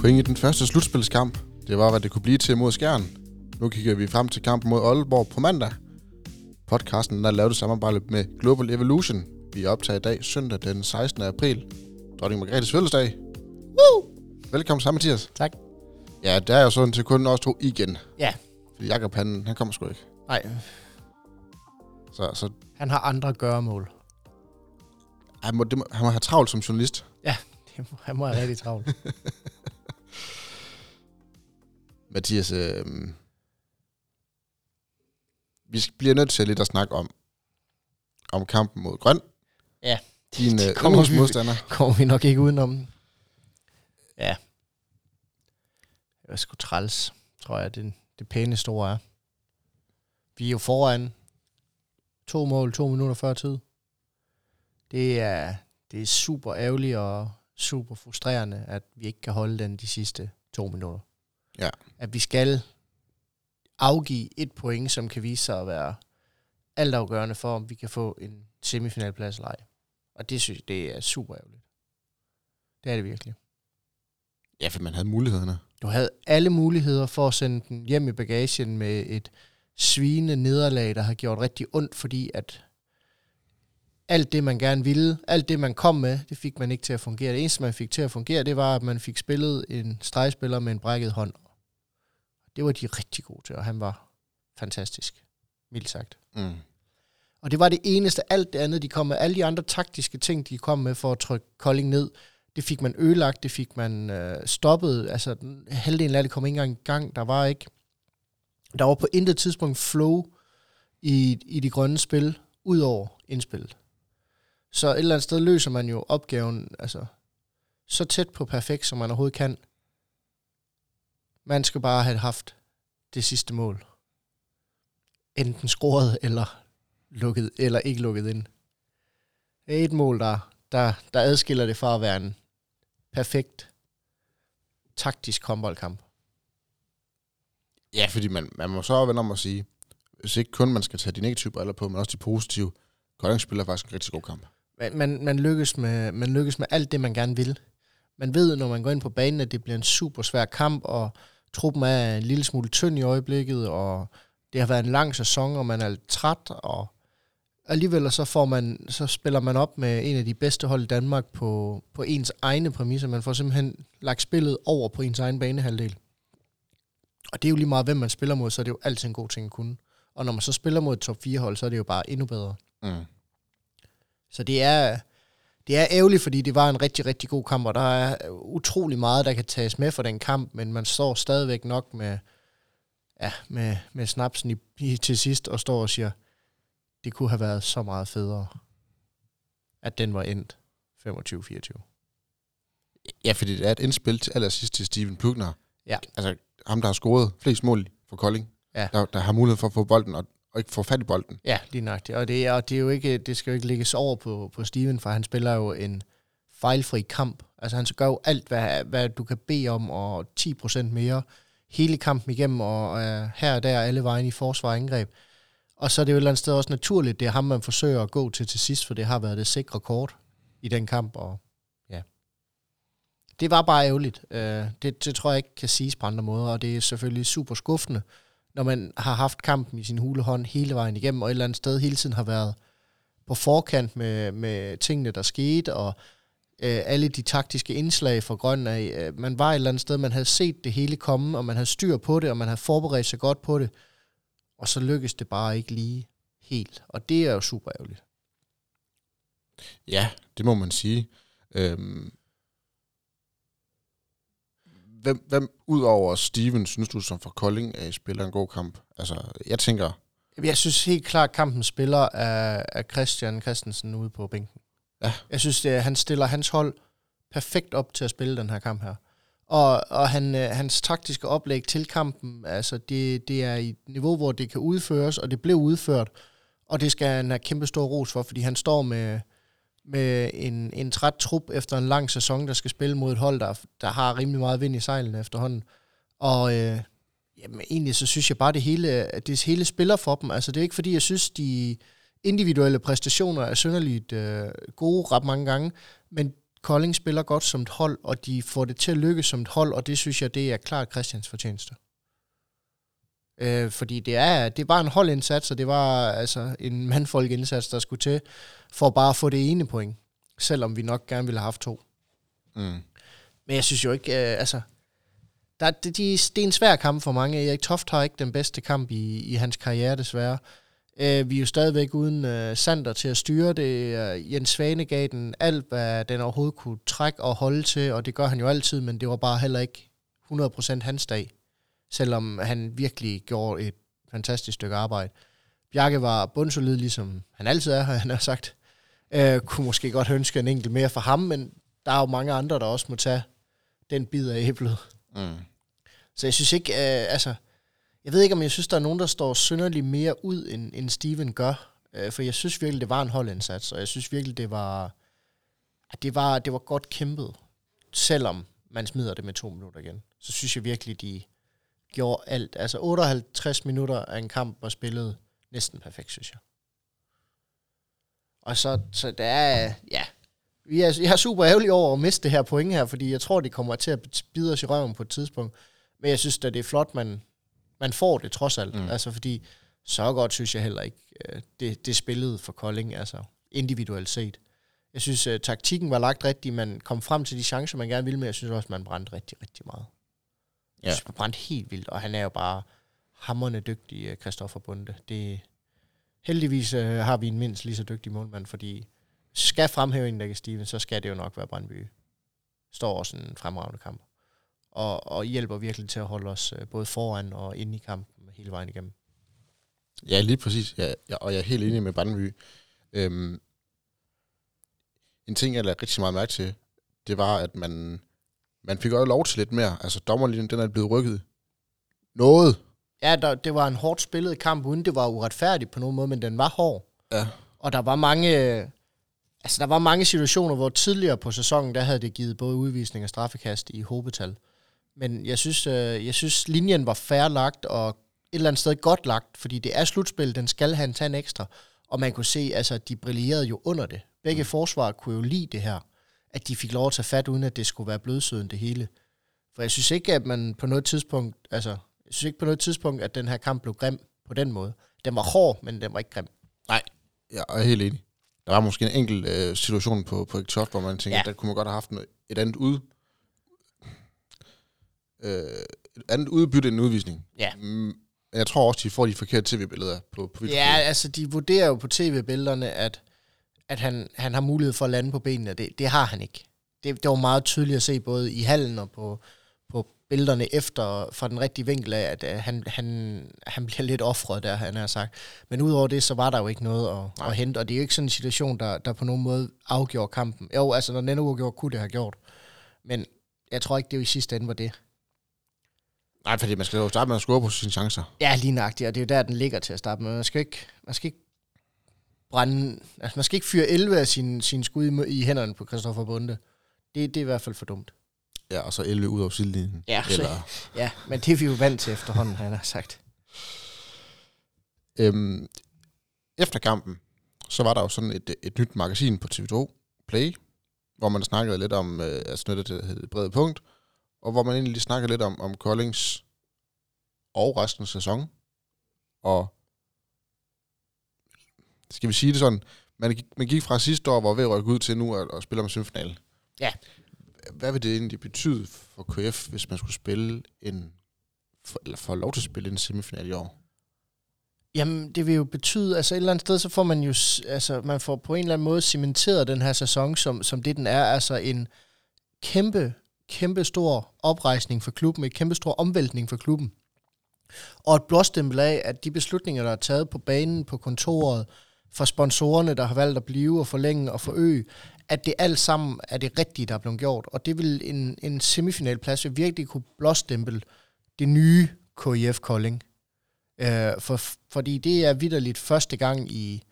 point i den første slutspilskamp. Det var, hvad det kunne blive til mod Skjern. Nu kigger vi frem til kampen mod Aalborg på mandag. Podcasten er lavet i samarbejde med Global Evolution. Vi er optaget i dag, søndag den 16. april. Dronning Margrethes fødselsdag. Woo! Velkommen sammen, Mathias. Tak. Ja, det er jo sådan til kun os to igen. Ja. Fordi Jakob, han kommer sgu ikke. Nej. Så Han har andre gøremål. han må have travlt som journalist. Ja, han må have rigtig travlt. Mathias, vi bliver nødt til lidt at snakke om kampen mod Grøn. Ja. Din yndlingsmodstander. Kommer vi nok ikke udenom. Ja. Det var sgu træls, tror jeg, det pæne store er. Vi er jo foran 2 mål, 2 minutter før tid. Det er super ærgerligt og super frustrerende, at vi ikke kan holde den de sidste 2 minutter. Ja. At vi skal afgive 1 point, som kan vise sig at være altafgørende for, om vi kan få en semifinalplads eller ej. Og det synes jeg, det er super ærgerligt. Det er det virkelig. Ja, for man havde mulighederne. Du havde alle muligheder for at sende den hjem i bagagen med et svine nederlag, der har gjort rigtig ondt, fordi at alt det, man gerne ville, alt det, man kom med, det fik man ikke til at fungere. Det eneste, man fik til at fungere, det var, at man fik spillet en stregspiller med en brækket hånd. Det var de rigtig gode til, og han var fantastisk, mildt sagt. Mm. Og det var det eneste, alt det andet, de kom med, alle de andre taktiske ting, de kom med for at trykke Kolding ned, det fik man ødelagt, det fik man stoppet, altså halvdelen af det kom ikke engang i gang, der var på intet tidspunkt flow i de grønne spil, ud over indspillet. Så et eller andet sted løser man jo opgaven, altså så tæt på perfekt, som man overhovedet kan. Man skal bare have haft det sidste mål. Enten scoret eller lukket, eller ikke lukket ind. Det er et mål, der adskiller det fra at være en perfekt taktisk håndboldkamp. Ja, fordi man må så vende om at sige, hvis ikke kun man skal tage de negative briller på, men også de positive. Kolding spiller faktisk en rigtig god kamp. Man lykkes med alt det, man gerne vil. Man ved, når man går ind på banen, at det bliver en super svær kamp, og truppen er en lille smule tynd i øjeblikket, og det har været en lang sæson, og man er lidt træt, og alligevel så spiller man op med en af de bedste hold i Danmark på ens egne præmisser. Man får simpelthen lagt spillet over på ens egen banehalvdel. Og det er jo lige meget, hvem man spiller mod, så er det jo altid en god ting at kunne. Og når man så spiller mod et top 4-hold, så er det jo bare endnu bedre. Mm. Så det er ærgerligt, fordi det var en rigtig, rigtig god kamp, og der er utrolig meget, der kan tages med for den kamp, men man står stadigvæk nok med snapsen til sidst, og står og siger, det kunne have været så meget federe, at den var endt 25-24. Ja, fordi det er et indspil til allersidst til Steven Plugner. Ja. Altså ham, der har scoret flest mål for Kolding. Ja. Der har mulighed for at få bolden, og ikke få fat i bolden. Ja, lige nøjagtigt. Og det er jo ikke, det skal jo ikke lægges over på Steven, for han spiller jo en fejlfri kamp. Altså han gør jo alt, hvad du kan bede om, og 10% mere hele kampen igennem, og her og der alle vejen i forsvar og angreb. Og så er det jo et eller andet sted også naturligt, det er ham, man forsøger at gå til sidst, for det har været det sikre kort i den kamp, og ja. Det var bare ærgerligt. Det tror jeg ikke kan siges på andre måder, og det er selvfølgelig super skuffende, når man har haft kampen i sin hulehånd hele vejen igennem, og et eller andet sted hele tiden har været på forkant med tingene, der skete, og alle de taktiske indslag for Grøn af. Man var et eller andet sted, man havde set det hele komme, og man havde styr på det, og man havde forberedt sig godt på det, og så lykkedes det bare ikke lige helt. Og det er jo super ærgerligt. Ja, det må man sige. Hvem udover Steven, synes du, som for Kolding spiller en god kamp? Altså, jeg tænker... Jeg synes helt klart, at kampen spiller af Christian Christensen ude på bænken. Ja. Jeg synes, han stiller hans hold perfekt op til at spille den her kamp her. Og hans taktiske oplæg til kampen, altså det er i et niveau, hvor det kan udføres, og det blev udført. Og det skal han have kæmpe stor ros for, fordi han står med en træt trup efter en lang sæson, der skal spille mod et hold, der har rimelig meget vind i sejlene efterhånden. Og egentlig så synes jeg bare, det hele spiller for dem. Altså det er ikke fordi, jeg synes, de individuelle præstationer er synderligt gode ret mange gange, men Kolding spiller godt som et hold, og de får det til at lykkes som et hold, og det synes jeg, det er klart Christians fortjeneste. Fordi det var en holdindsats, og det var altså en mandfolkindsats, der skulle til, for bare at få det ene point, selvom vi nok gerne ville have haft 2. Men jeg synes jo ikke, det er en svær kamp for mange. Erik Toft har ikke den bedste kamp i hans karriere, desværre. Vi er jo stadigvæk uden Sander til at styre det. Jens Svane gav den alt, hvad den overhovedet kunne trække og holde til, og det gør han jo altid, men det var bare heller ikke 100% hans dag, selvom han virkelig gjorde et fantastisk stykke arbejde. Bjarke var bundsolid, ligesom han altid er, han har sagt. Kunne måske godt ønske en enkelt mere for ham, men der er jo mange andre, der også må tage den bid af æblet. Så jeg synes ikke, jeg ved ikke, om jeg synes, der er nogen, der står synderligt mere ud, end Steven gør. For jeg synes virkelig, det var en holdindsats, og jeg synes virkelig, det var godt kæmpet. Selvom man smider det med 2 minutter igen, så synes jeg virkelig, de gjorde alt. Altså 58 minutter af en kamp var spillet næsten perfekt, synes jeg. Og så der er, jeg er super ærgerlig over at miste det her point her, fordi jeg tror, det kommer til at bide os i røven på et tidspunkt. Men jeg synes, at det er flot, man får det trods alt. Altså fordi, så godt synes jeg heller ikke, det spillede for Kolding, altså individuelt set. Jeg synes, taktikken var lagt rigtigt, man kom frem til de chancer, man gerne ville, men jeg synes også, man brændte rigtig, rigtig meget. Ja. Jeg synes, man brændte helt vildt, og han er jo bare hamrende dygtig, Christoffer Bunde. Heldigvis har vi en mindst lige så dygtig målmand, fordi skal fremhæve en, der kan Steven, så skal det jo nok være Brøndby. Står også en fremragende kamp. Og hjælper virkelig til at holde os både foran og inde i kampen hele vejen igennem. Ja, lige præcis. Og jeg er helt enig med Brøndby. En ting, jeg lagde rigtig meget mærke til, det var, at man fik jo lov til lidt mere. Altså, dommerlinjen, den er blevet rykket noget. Ja, det var en hårdt spillet kamp, uden det var uretfærdigt på nogen måde, men den var hård. Ja. Og der var mange situationer, hvor tidligere på sæsonen, der havde det givet både udvisning og straffekast i hovedtal. Men jeg synes linjen var fair lagt, og et eller andet sted godt lagt, fordi det er slutspil, den skal have en ekstra. Og man kunne se, altså, de brillerede jo under det. Begge forsvar kunne jo lide det her, at de fik lov at tage fat, uden at det skulle være blødsøden det hele. For jeg synes ikke, at man på noget tidspunkt, at den her kamp blev grim på den måde. Den var hård, men den var ikke grim. Nej, jeg er helt enig. Der var måske en enkelt situation på Ektoft, hvor man tænker, at der kunne man godt have haft et andet andet udbytte end en udvisning. Ja. Jeg tror også, de får de forkerte tv-billeder på video. Ja, altså de vurderer jo på tv-billederne, at han har mulighed for at lande på benene. Det har han ikke. Det var meget tydeligt at se både i hallen og på billederne efter fra den rigtige vinkel af, at han bliver lidt offret der, han har sagt. Men udover det, så var der jo ikke noget at hente, og det er jo ikke sådan en situation, der på nogen måde afgjorde kampen. Jo, altså når den uafgjorde, kunne det have gjort. Men jeg tror ikke, det jo i sidste ende var det. Nej, fordi man skal jo starte med at score på sine chancer. Ja, lige nøjagtigt, og det er jo der, den ligger til at starte med. Man skal ikke brænde, altså man skal ikke fyre 11 af sine skud i hænderne på Christoffer Bunde. Det er i hvert fald for dumt. Ja, og så 11 ud over sidelinjen. Ja, ja, men det er vi jo vant til efterhånden, han har sagt. Efter kampen, så var der jo sådan et nyt magasin på TV2 Play, hvor man snakkede lidt om noget, der hed Brede Punkt, og hvor man egentlig snakkede lidt om Koldings overraskende sæson. Og skal vi sige det sådan, man gik fra sidste år, hvor vi rykke ud til nu at spille om semifinalen. Ja. Hvad vil det egentlig betyde for KF, hvis man skulle spille eller få lov til at spille en semifinal i år? Jamen, det vil jo betyde, altså et eller andet sted, så får man jo, altså man får på en eller anden måde cementeret den her sæson, som det den er, altså en kæmpe stor oprejsning for klubben, et kæmpe stor omvæltning for klubben. Og et blåstempel af, at de beslutninger, der er taget på banen, på kontoret, for sponsorerne, der har valgt at blive og forlænge og forøge, at det alt sammen er det rigtige, der er blevet gjort. Og det vil en semifinalplads virkelig kunne blåstemple det nye KIF Kolding. Fordi det er vitterligt første gang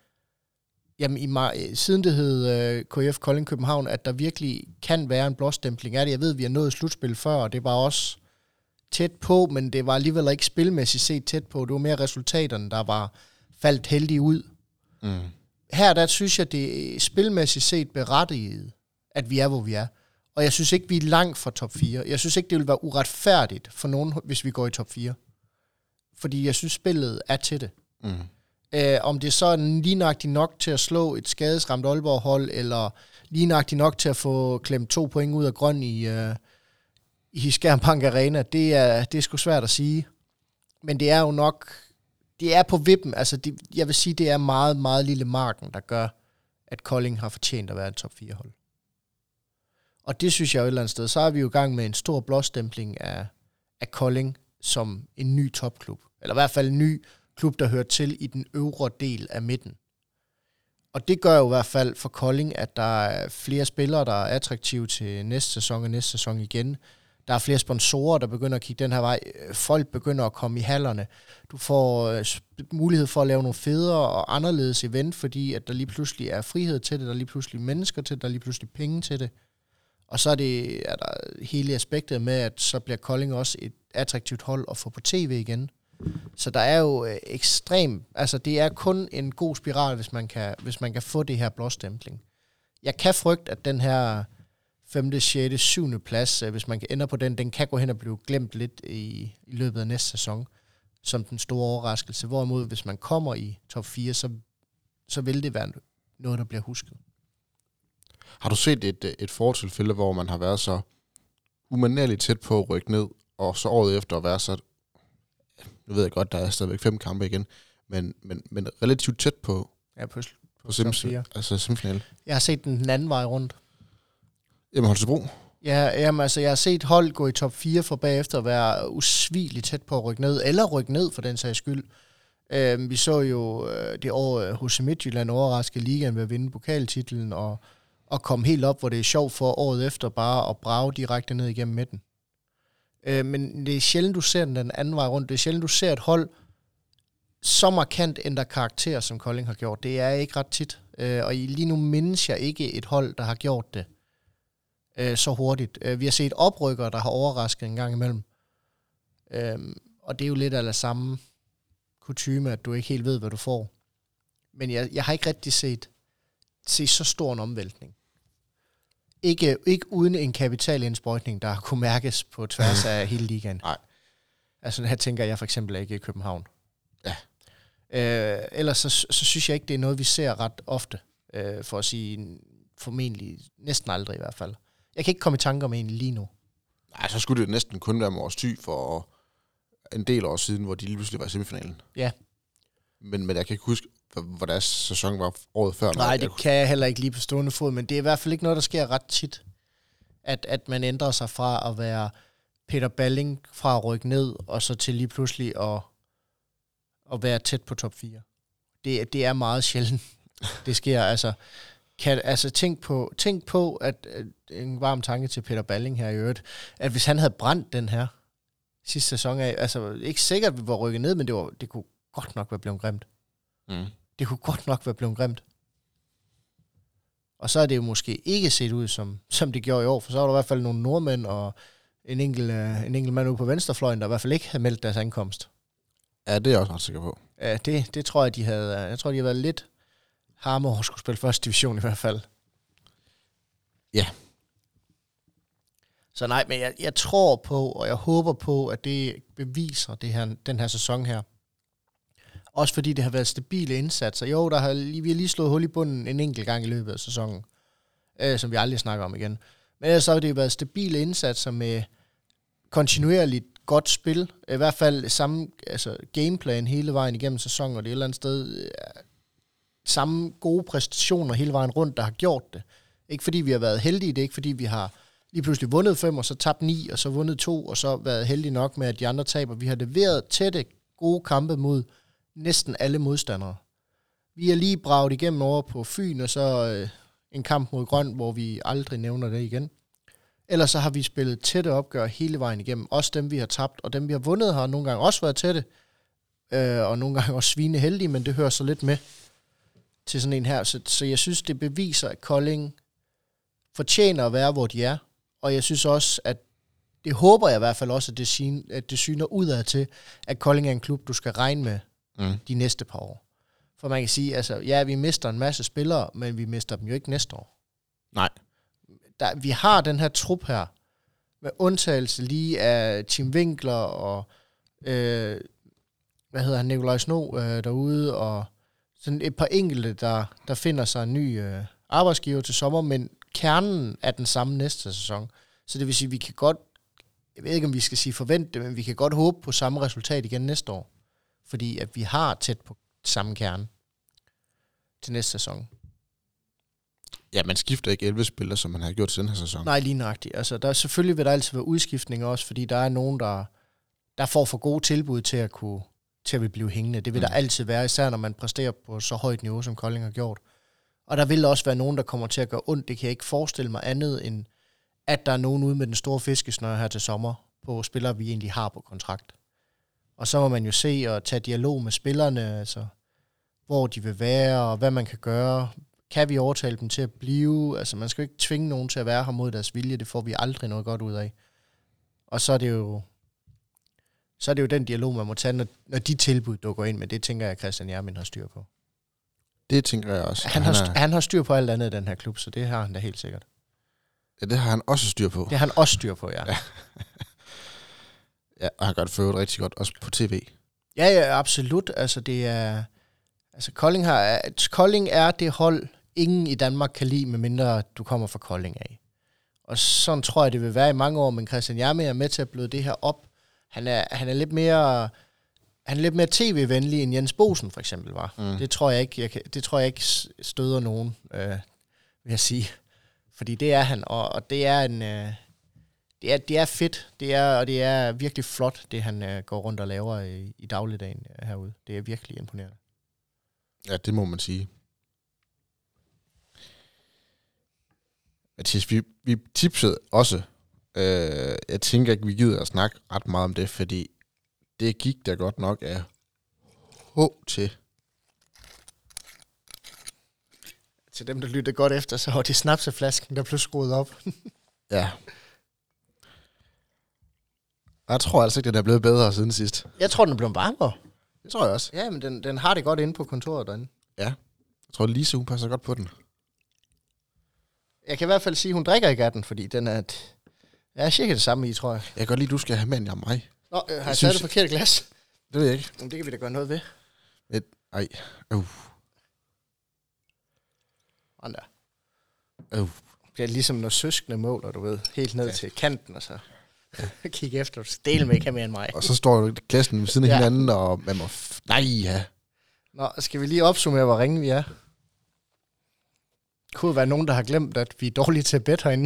siden det hed KIF Kolding København, at der virkelig kan være en blåstempling af det. Jeg ved, vi har nået slutspil før, og det var også tæt på, men det var alligevel ikke spilmæssigt set tæt på. Det var mere resultaterne, der var faldt heldige ud. Mm. Her, der synes jeg, det er spilmæssigt set berettiget, at vi er, hvor vi er. Og jeg synes ikke, vi er langt fra top 4. Jeg synes ikke, det vil være uretfærdigt for nogen, hvis vi går i top 4. Fordi jeg synes, spillet er til det. Om det så er lige nøjagtigt nok til at slå et skadesramt Aalborg-hold, eller lige nøjagtigt nok til at få klemt 2 point ud af grøn i Skjern Bank Arena, det er sgu svært at sige. Men det er jo nok, det er på vippen. Altså jeg vil sige, det er meget, meget lille marken, der gør, at Kolding har fortjent at være et top 4-hold. Og det synes jeg jo et eller andet sted. Så er vi jo i gang med en stor blåstempling af Kolding som en ny topklub. Eller i hvert fald en ny klub, der hører til i den øvre del af midten. Og det gør jo i hvert fald for Kolding, at der er flere spillere, der er attraktive til næste sæson og næste sæson igen. Der er flere sponsorer, der begynder at kigge den her vej. Folk begynder at komme i hallerne. Du får mulighed for at lave nogle federe og anderledes event, fordi at der lige pludselig er frihed til det, der er lige pludselig mennesker til det, der er lige pludselig penge til det. Og så er der hele aspektet med, at så bliver Kolding også et attraktivt hold at få på tv igen. Så der er jo ekstrem, altså det er kun en god spiral, hvis man kan få det her blåstempling. Jeg kan frygte, at den her 5., 6., 7. plads, hvis man kan ende på den kan gå hen og blive glemt lidt i løbet af næste sæson, som den store overraskelse. Hvorimod, hvis man kommer i top 4, så vil det være noget, der bliver husket. Har du set et fortilfælde, hvor man har været så umanerligt tæt på at rykke ned, og så året efter at være så, nu ved jeg godt, der er stadigvæk 5 kampe igen, men relativt tæt på, ja, på semifinale. Jeg har set den anden vej rundt. Jamen Holstebro? Ja, jamen, altså, jeg har set hold gå i top 4 for bagefter at være usvigeligt tæt på at rykke ned, eller rykke ned for den sags skyld. Vi så jo det år hos Midtjylland overraske ligaen ved at vinde pokaltitlen, og komme helt op, hvor det er sjovt for året efter bare at brage direkte ned igennem midten. Men det er sjældent, du ser den anden vej rundt. Det er sjældent, du ser et hold så markant ændre karakter, som Kolding har gjort. Det er ikke ret tit. Og lige nu mindes jeg ikke et hold, der har gjort det så hurtigt. Vi har set oprykkere, der har overrasket en gang imellem. Og det er jo lidt af det samme kutyme, at du ikke helt ved, hvad du får. Men jeg har ikke rigtig set så stor en omvæltning. Ikke uden en kapitalindsprøjtning, der kunne mærkes på tværs af hele ligaen. Nej. Altså her tænker jeg for eksempel ikke i København. Ja. Ellers så synes jeg ikke, det er noget, vi ser ret ofte. For at sige formentlig næsten aldrig i hvert fald. Jeg kan ikke komme i tanker om en lige nu. Nej, så skulle det næsten kun være Mors Thy for en del år siden, hvor de lige pludselig var i semifinalen. Ja. Men jeg kan ikke huske, hvor deres sæson var året før. Nej, det kan jeg heller ikke lige på stående fod, men det er i hvert fald ikke noget, der sker ret tit, at man ændrer sig fra at være Peter Balling, fra at rykke ned, og så til lige pludselig at være tæt på top 4. Det er meget sjældent, det sker. Altså tænk på, at en varm tanke til Peter Balling her i øvrigt, at hvis han havde brændt den her sidste sæson af, altså ikke sikkert, at vi var rykket ned, men det kunne godt nok være blevet grimt. Mm. Det kunne godt nok være blevet grimt. Og så er det jo måske ikke set ud, som det gjorde i år, for så var der i hvert fald nogle nordmænd og en enkelt mand ude på venstrefløjen, der i hvert fald ikke havde meldt deres ankomst. Ja, det er jeg også ret sikker på. Ja, det tror jeg, de havde. Jeg tror, de har været lidt harme over at skulle spille første division i hvert fald. Ja. Så nej, men jeg tror på, og jeg håber på, at det beviser den her sæson her. Også fordi det har været stabile indsatser. Jo, vi har lige slået hul i bunden en enkelt gang i løbet af sæsonen, som vi aldrig snakker om igen. Men ellers så har det været stabile indsatser med kontinuerligt godt spil. I hvert fald samme gameplan hele vejen igennem sæsonen, og det er et eller andet sted samme gode præstationer hele vejen rundt, der har gjort det. Ikke fordi vi har været heldige, det er ikke fordi vi har lige pludselig vundet 5, og så tabt 9, og så vundet 2, og så været heldige nok med, at de andre taber. Vi har leveret tætte, gode kampe mod næsten alle modstandere. Vi er lige braget igennem over på Fyn, og så en kamp mod Grøn, hvor vi aldrig nævner det igen. Ellers så har vi spillet tætte opgør hele vejen igennem. Også dem, vi har tabt, og dem, vi har vundet, har nogle gange også været tætte, og nogle gange også svine heldige, men det hører så lidt med til sådan en her. Så jeg synes, det beviser, at Kolding fortjener at være, hvor de er, og jeg synes også, at det håber jeg i hvert fald også, at det syner udad til, at Kolding er en klub, du skal regne med de næste par år. For man kan sige, altså, ja, vi mister en masse spillere, men vi mister dem jo ikke næste år. Nej. vi har den her trup her, med undtagelse lige af Tim Winkler og, Nikolaj Sno derude, og sådan et par enkelte, der finder sig en ny arbejdsgiver til sommer, men kernen er den samme næste sæson. Så det vil sige, vi kan godt, jeg ved ikke, om vi skal sige forvente det, men vi kan godt håbe på samme resultat igen næste år. Fordi at vi har tæt på samme kerne til næste sæson. Ja, man skifter ikke 11 spillere, som man har gjort til den her sæson. Nej, lige nøjagtigt. Altså, selvfølgelig vil der altid være udskiftninger også, fordi der er nogen, der får for gode tilbud til at blive hængende. Det vil der altid være, især når man præsterer på så højt niveau, som Kolding har gjort. Og der vil også være nogen, der kommer til at gøre ondt. Det kan jeg ikke forestille mig andet, end at der er nogen ude med den store fiskesnøre her til sommer, på spillere, vi egentlig har på kontrakt. Og så må man jo se og tage dialog med spillerne, altså hvor de vil være, og hvad man kan gøre. Kan vi overtale dem til at blive? Altså man skal jo ikke tvinge nogen til at være her mod deres vilje, det får vi aldrig noget godt ud af. Og så er det jo den dialog, man må tage, når de tilbud dukker ind, men det tænker jeg, at Christian Hjermind har styr på. Det tænker jeg også. Han har styr på alt andet i den her klub, så det har han da helt sikkert. Ja, det har han også styr på. Det har han også styr på, ja. Ja, og han gør det for øvrigt rigtig godt, også på tv. Ja, absolut. Altså, det er... Altså, Kolding er det hold, ingen i Danmark kan lide, medmindre du kommer fra Kolding af. Og sådan tror jeg, det vil være i mange år, men Christian Hjermind er med til at bløde det her op. Han er lidt mere tv-venlig, end Jens Bosen for eksempel var. Det tror jeg ikke støder nogen, vil jeg sige. Fordi det er han, og det er en... Det er fedt, det er virkelig flot, det han går rundt og laver i dagligdagen herude. Det er virkelig imponerende. Ja, det må man sige. Mathias, vi tipsede også. Jeg tænker ikke, vi gider at snakke ret meget om det, fordi det gik da godt nok af til. Til dem, der lyttede godt efter, så var det snapseflasken, der blev skruet op. Ja. Jeg tror altså ikke, den er blevet bedre siden sidst. Jeg tror, den er blevet varmere. Det tror jeg også. Ja, men den har det godt inde på kontoret derinde. Ja. Jeg tror, Lise, hun passer godt på den. Jeg kan i hvert fald sige, at hun drikker ikke af den, fordi den er... Jeg er cirka det samme i, tror jeg. Jeg kan godt lide, at du skal have med end mig. Nå, har jeg taget det forkerte glas? Det ved jeg ikke. Det kan vi da gøre noget ved. Ej. Sådan der. Det er ligesom når søskende måler, du ved. Helt ned til kanten, og så kigge efter. Stil med ikke have mere end mig. Og så står jo klassen ved siden af hinanden, og man må... Nej. Nå, skal vi lige opsummere, hvor ringe vi er? Det kunne være nogen, der har glemt, at vi er dårlige til at bette herinde.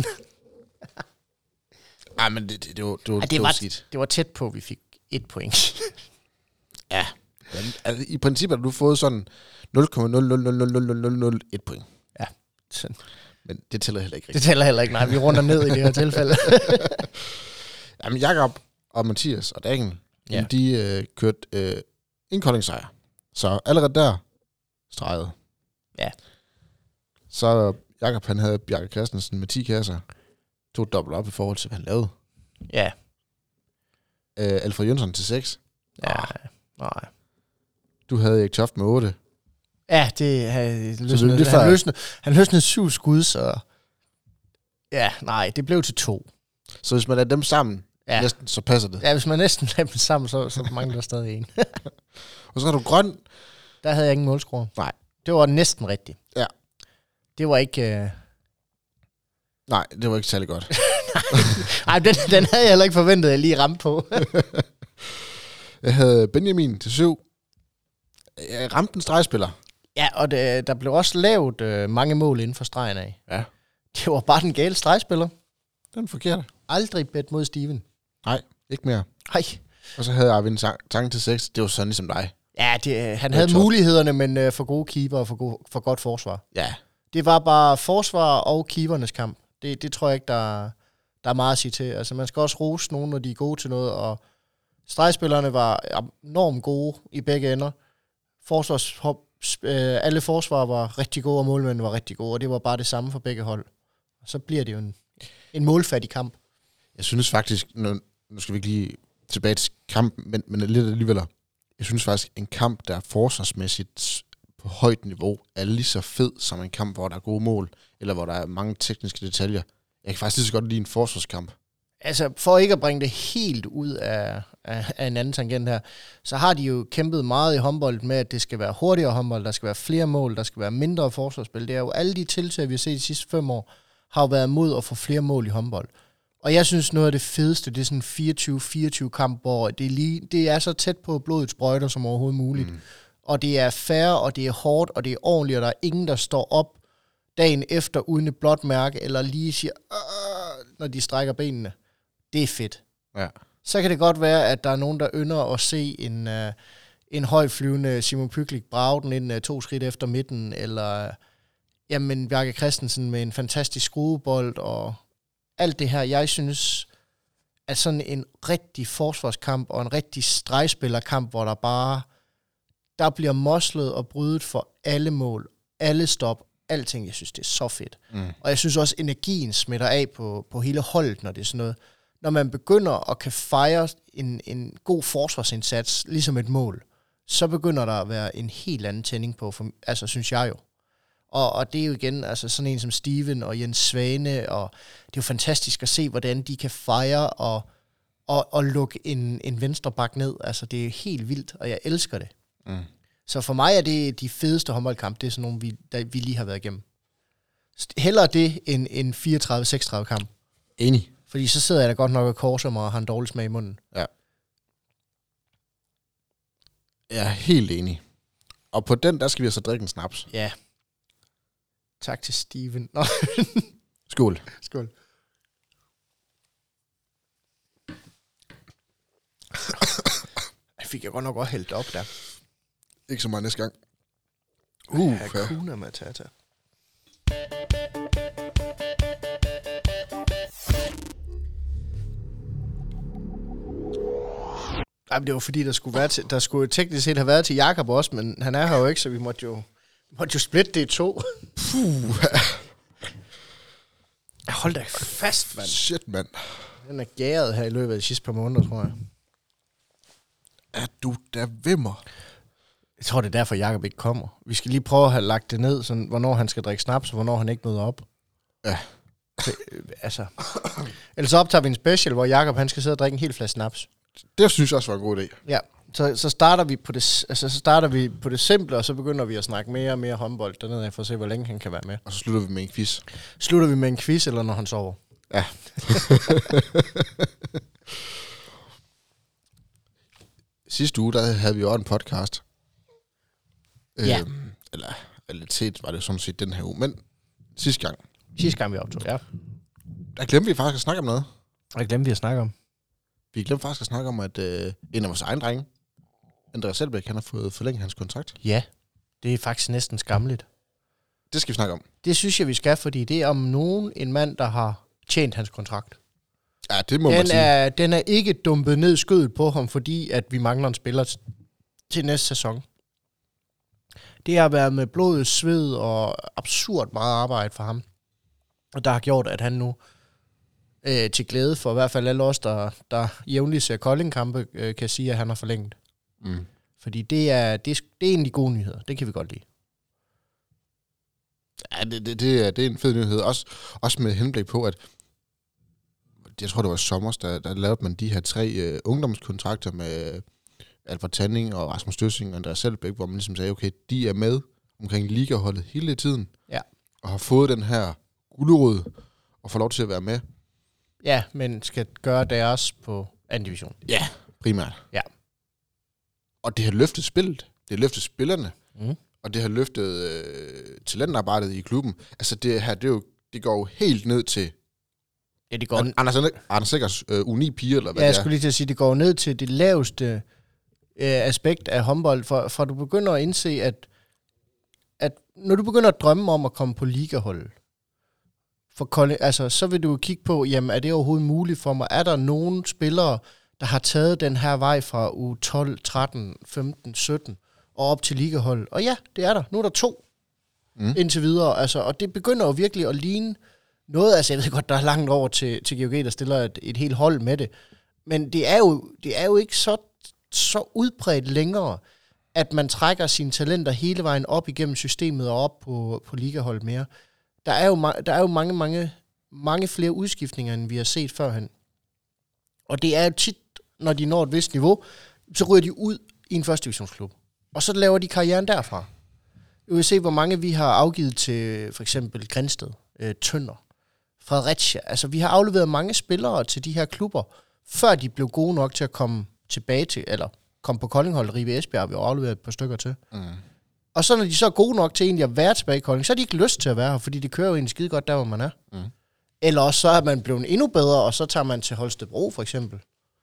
Ej, men det var tæt på, at vi fik 1 point. Ja. Altså, i princippet har du fået sådan 0,0000001 point. Ja. Sådan. Men det tæller heller ikke rigtigt. Det tæller heller ikke, nej. Vi runder ned i det her tilfælde. Jamen, Jakob og Mathias og Daniel, de kørte en Kolding-sejr. Så allerede der streget. Ja. Så Jakob, han havde Bjarke Christensen med 10 kasser. 2 dobbelt op i forhold til, hvad han lavede. Ja. Alfred Jønsson til 6. Ja, nej. Du havde Erik Toft med 8. Ja, det han løsnede 7 skud, så... Ja, nej, det blev til 2. Så hvis man lader dem sammen, næsten, så passer det. Ja, hvis man næsten lader dem sammen, så mangler der stadig en. Og så har du grøn. Der havde jeg ingen målscorer. Nej. Det var næsten rigtigt. Ja. Det var ikke... Nej, det var ikke særlig godt. Nej, den havde jeg heller ikke forventet, at jeg lige ramte på. Jeg havde Benjamin til 7. Jeg ramte en stregspiller. Ja, og der blev også lavet mange mål inden for stregen af. Ja. Det var bare den gale stregspiller. Den forkerte. Aldrig bedt mod Steven. Nej, ikke mere. Nej. Og så havde Arvind Tange til 6. Det var sådan ligesom dig. Ja, han havde mulighederne, men for gode keeper og for godt forsvar. Ja. Det var bare forsvar og keepernes kamp. Det tror jeg ikke, der er meget at sige til. Altså, man skal også rose nogen, når de er gode til noget, og stregspillerne var enormt gode i begge ender. Alle forsvar var rigtig gode, og målmændene var rigtig gode, og det var bare det samme for begge hold. Og så bliver det jo en målfattig kamp. Jeg synes faktisk, nu skal vi ikke lige tilbage til kampen, men lidt alligevel. Jeg synes faktisk, en kamp, der er forsvarsmæssigt på højt niveau, er lige så fed som en kamp, hvor der er gode mål, eller hvor der er mange tekniske detaljer. Jeg kan faktisk lige så godt lide en forsvarskamp. Altså, for ikke at bringe det helt ud af en anden tangent her, så har de jo kæmpet meget i håndbold med, at det skal være hurtigere håndbold, der skal være flere mål, der skal være mindre forsvarsspil. Det er jo alle de tiltag, vi har set de sidste 5 år, har jo været mod at få flere mål i håndbold. Og jeg synes, noget af det fedeste, det er sådan 24-24 kamp, hvor det er så tæt på blodets sprøjter som overhovedet muligt. Og det er fair, og det er hårdt, og det er ordentligt, og der er ingen, der står op dagen efter uden et blåt mærke, eller lige siger, når de strækker benene. Det er fedt. Ja. Så kan det godt være, at der er nogen, der ynder at se en højflyvende Simon Pyklik brage den ind 2 skridt efter midten, eller jamen Bjarke Christensen med en fantastisk skruebold, og alt det her. Jeg synes, at sådan en rigtig forsvarskamp, og en rigtig stregspillerkamp, hvor der bliver moslet og brydet for alle mål, alle stop, alting. Jeg synes, det er så fedt. Og jeg synes også, energien smitter af på hele holdet, når det er sådan noget. Når man begynder at kan fejre en god forsvarsindsats, ligesom et mål, så begynder der at være en helt anden tænding på, altså synes jeg jo. Og det er jo igen, altså sådan en som Steven og Jens Svane, og det er jo fantastisk at se, hvordan de kan fejre og lukke en venstre bak ned. Altså det er helt vildt, og jeg elsker det. Så for mig er det de fedeste håndboldkamp, det er sådan nogle, vi lige har været igennem. Hellere det end en 34-36 kamp. Enig. Fordi så sidder jeg da godt nok og korser mig og har en dårlig smag i munden. Ja. Jeg er helt enig. Og på den, der skal vi altså drikke en snaps. Ja. Tak til Steven. Nå. Skål. Skål. Jeg fik godt nok også hældt op der. Ikke så meget næste gang. Hakuna Matata. Jamen, det var fordi, der skulle teknisk set have været til Jakob også, men han er her jo ikke, så vi måtte jo splitte det i 2. Hold da fast, mand. Shit, mand. Den er gæret her i løbet af de sidste par måneder, tror jeg. Er du der vimmer? Jeg tror, det er derfor, Jakob ikke kommer. Vi skal lige prøve at have lagt det ned, sådan, hvornår han skal drikke snaps, og hvornår han ikke møder op. Ja. Altså. Ellers så optager vi en special, hvor Jakob han skal sidde og drikke en hel flaske snaps. Det synes jeg også var en god idé. Ja, så starter vi på det simple, og så begynder vi at snakke mere og mere håndbold dernede, for at se, hvor længe han kan være med. Og så slutter vi med en quiz. Slutter vi med en quiz, eller når han sover? Ja. Sidste uge, der havde vi jo en podcast. Ja. Eller realitet var det sådan set den her uge, men sidste gang Vi optog, ja. Der glemte vi faktisk at snakke om noget. Hvad glemte vi at snakke om? Vi glemte faktisk at snakke om, at en af vores egen drenge, Andreas Selbæk, han har fået forlænget hans kontrakt. Ja, det er faktisk næsten skamligt. Det skal vi snakke om. Det synes jeg, vi skal, fordi det er om nogen en mand, der har tjent hans kontrakt. Ja, det må man sige. Den er ikke dumpet ned i skødet på ham, fordi at vi mangler en spiller til næste sæson. Det har været med blod, sved og absurd meget arbejde for ham. Og der har gjort, at han nu til glæde for i hvert fald alle os, der jævnligt ser Kolding-kampe, kan sige, at han har forlænget. Fordi det er en af de gode nyheder. Det kan vi godt lide. Ja, det er en fed nyhed. Også med henblik på, at jeg tror, det var sommer, der lavede man de her 3 ungdomskontrakter med Albert Tanning og Rasmus Døssing og Andreas Selbæk, hvor man ligesom sagde, okay, de er med omkring ligaholdet hele tiden. Ja. Og har fået den her gulerod og får lov til at være med. Ja, men skal gøre deres på anden division. Ja, primært. Ja. Og det har løftet spillet. Det har løftet spillerne. Og det har løftet talentarbejdet i klubben. Altså det her, det går jo helt ned til ja, det går Anders Sikkers U9-piger, eller hvad ja, jeg skulle lige til at sige, det går ned til det laveste aspekt af håndbold, fra du begynder at indse, at når du begynder at drømme om at komme på ligaholdet, så vil du kigge på, jamen er det overhovedet muligt for mig? Er der nogen spillere, der har taget den her vej fra uge 12, 13, 15, 17 og op til ligaholdet? Og ja, det er der. Nu er der 2 indtil videre. Altså, og det begynder jo virkelig at ligne noget. Altså jeg ved godt, der er langt over til GOG, der stiller et helt hold med det. Men det er jo ikke så udbredt længere, at man trækker sine talenter hele vejen op igennem systemet og op på ligaholdet mere. Der er jo mange flere udskiftninger, end vi har set førhen. Og det er jo tit, når de når et vist niveau, så ryger de ud i en første divisionsklub. Og så laver de karrieren derfra. Du vil se, hvor mange vi har afgivet til for eksempel Grindsted, Tønder, Fredericia. Altså, vi har afleveret mange spillere til de her klubber, før de blev gode nok til at komme tilbage til, eller komme på Koldinghold, Ribe Esbjerg, vi har afleveret et par stykker til. Og så når de så er gode nok til egentlig at være tilbage i Kolding, så har de ikke lyst til at være her, fordi det kører jo egentlig skide godt der, hvor man er. Eller også så er man blevet endnu bedre, og så tager man til Holstebro, for eksempel.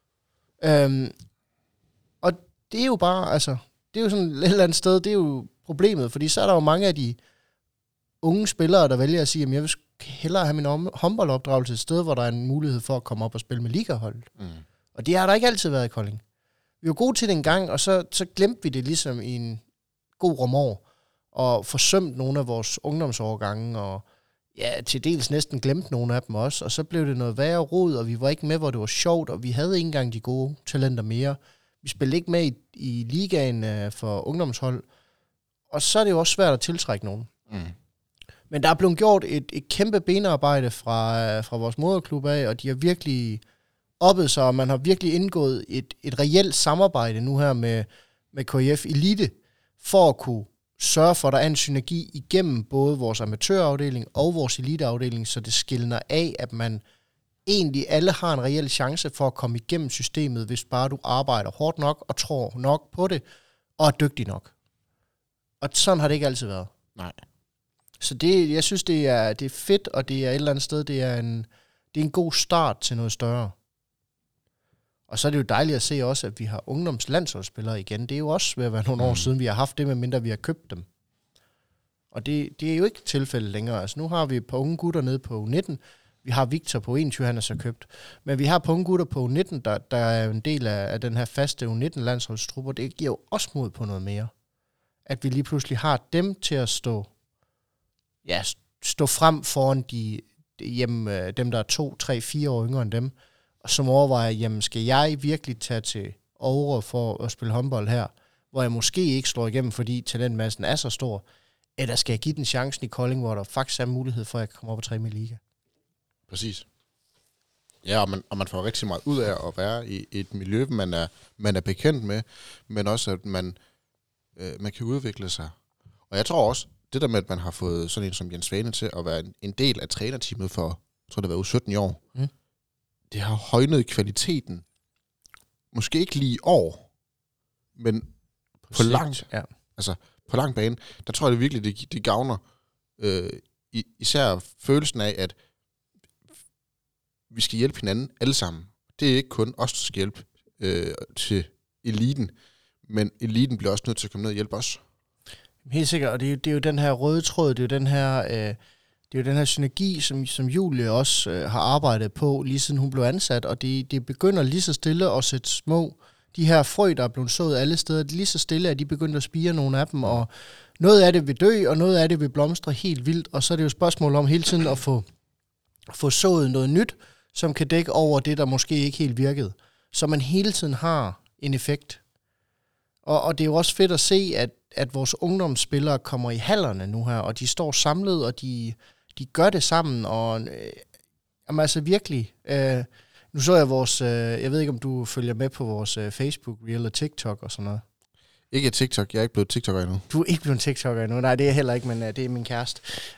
Og det er jo bare, altså, det er jo sådan et eller andet sted, det er jo problemet, fordi så er der jo mange af de unge spillere, der vælger at sige, at jeg vil hellere have min håndboldopdragelse et sted, hvor der er en mulighed for at komme op og spille med ligaholdet. Og det har der ikke altid været i Kolding. Vi var gode til det en gang, og så glemte vi det ligesom i en god rumår, og forsømt nogle af vores ungdomsårgange, og ja, til dels næsten glemt nogle af dem også, og så blev det noget værre rod, og vi var ikke med, hvor det var sjovt, og vi havde ikke engang de gode talenter mere. Vi spillede ikke med i ligaen for ungdomshold, og så er det jo også svært at tiltrække nogen. Men der er blevet gjort et kæmpe benarbejde fra vores moderklub af, og de har virkelig oppet sig, og man har virkelig indgået et reelt samarbejde nu her med KIF Elite, for at kunne sørge for, at der er en synergi igennem både vores amatørafdeling og vores eliteafdeling, så det skiller af, at man egentlig alle har en reel chance for at komme igennem systemet, hvis bare du arbejder hårdt nok og tror nok på det, og er dygtig nok. Og sådan har det ikke altid været. Nej. Så jeg synes, det er fedt, og det er et eller andet sted, det er en god start til noget større. Og så er det jo dejligt at se også, at vi har ungdomslandsholdsspillere igen. Det er jo også ved at være nogle år siden, vi har haft det, medmindre vi har købt dem. Og det er jo ikke tilfældet længere. Altså nu har vi et par unge gutter nede på 19. Vi har Victor på 21, han er så købt. Men vi har et par unge gutter på 19, der er en del af den her faste U19-landsholdstruppe, og det giver jo også mod på noget mere. At vi lige pludselig har dem til at stå frem foran dem, der er 2, 3, 4 år yngre end dem, og som overvejer, jamen skal jeg virkelig tage til Aarhus for at spille håndbold her, hvor jeg måske ikke slår igennem, fordi talentmassen er så stor, eller skal jeg give den chancen i Kolding, hvor der faktisk er mulighed for, at jeg kan komme op og træne med liga? Præcis. Ja, og man får rigtig meget ud af at være i et miljø, man er bekendt med, men også, at man kan udvikle sig. Og jeg tror også, det der med, at man har fået sådan en som Jens Svane til at være en del af trænerteamet for, jeg tror det var 17 år, det har højnet kvaliteten. Måske ikke lige i år, men på langt, altså på lang bane, der tror jeg det virkelig, det gavner især følelsen af, at vi skal hjælpe hinanden alle sammen. Det er ikke kun os, der skal hjælpe til eliten, men eliten bliver også nødt til at komme ned og hjælpe os. Helt sikkert, og det er jo den her røde tråd, det er jo den her synergi, som Julie også har arbejdet på, lige siden hun blev ansat, og det begynder lige så stille at sætte de her frø, der er blevet sået alle steder, lige så stille, at de begynder at spire nogle af dem, og noget af det vil dø, og noget af det vil blomstre helt vildt, og så er det jo et spørgsmål om hele tiden at få sået noget nyt, som kan dække over det, der måske ikke helt virkede, så man hele tiden har en effekt. Og det er jo også fedt at se, at vores ungdomsspillere kommer i hallerne nu her, og de står samlet, og de gør det sammen, og jamen altså virkelig. Nu så jeg vores, jeg ved ikke, om du følger med på vores Facebook, Reel og TikTok og sådan noget. Ikke TikTok, jeg er ikke blevet TikToker endnu. Du er ikke blevet TikToker endnu, nej, det er jeg heller ikke, men det er min kæreste.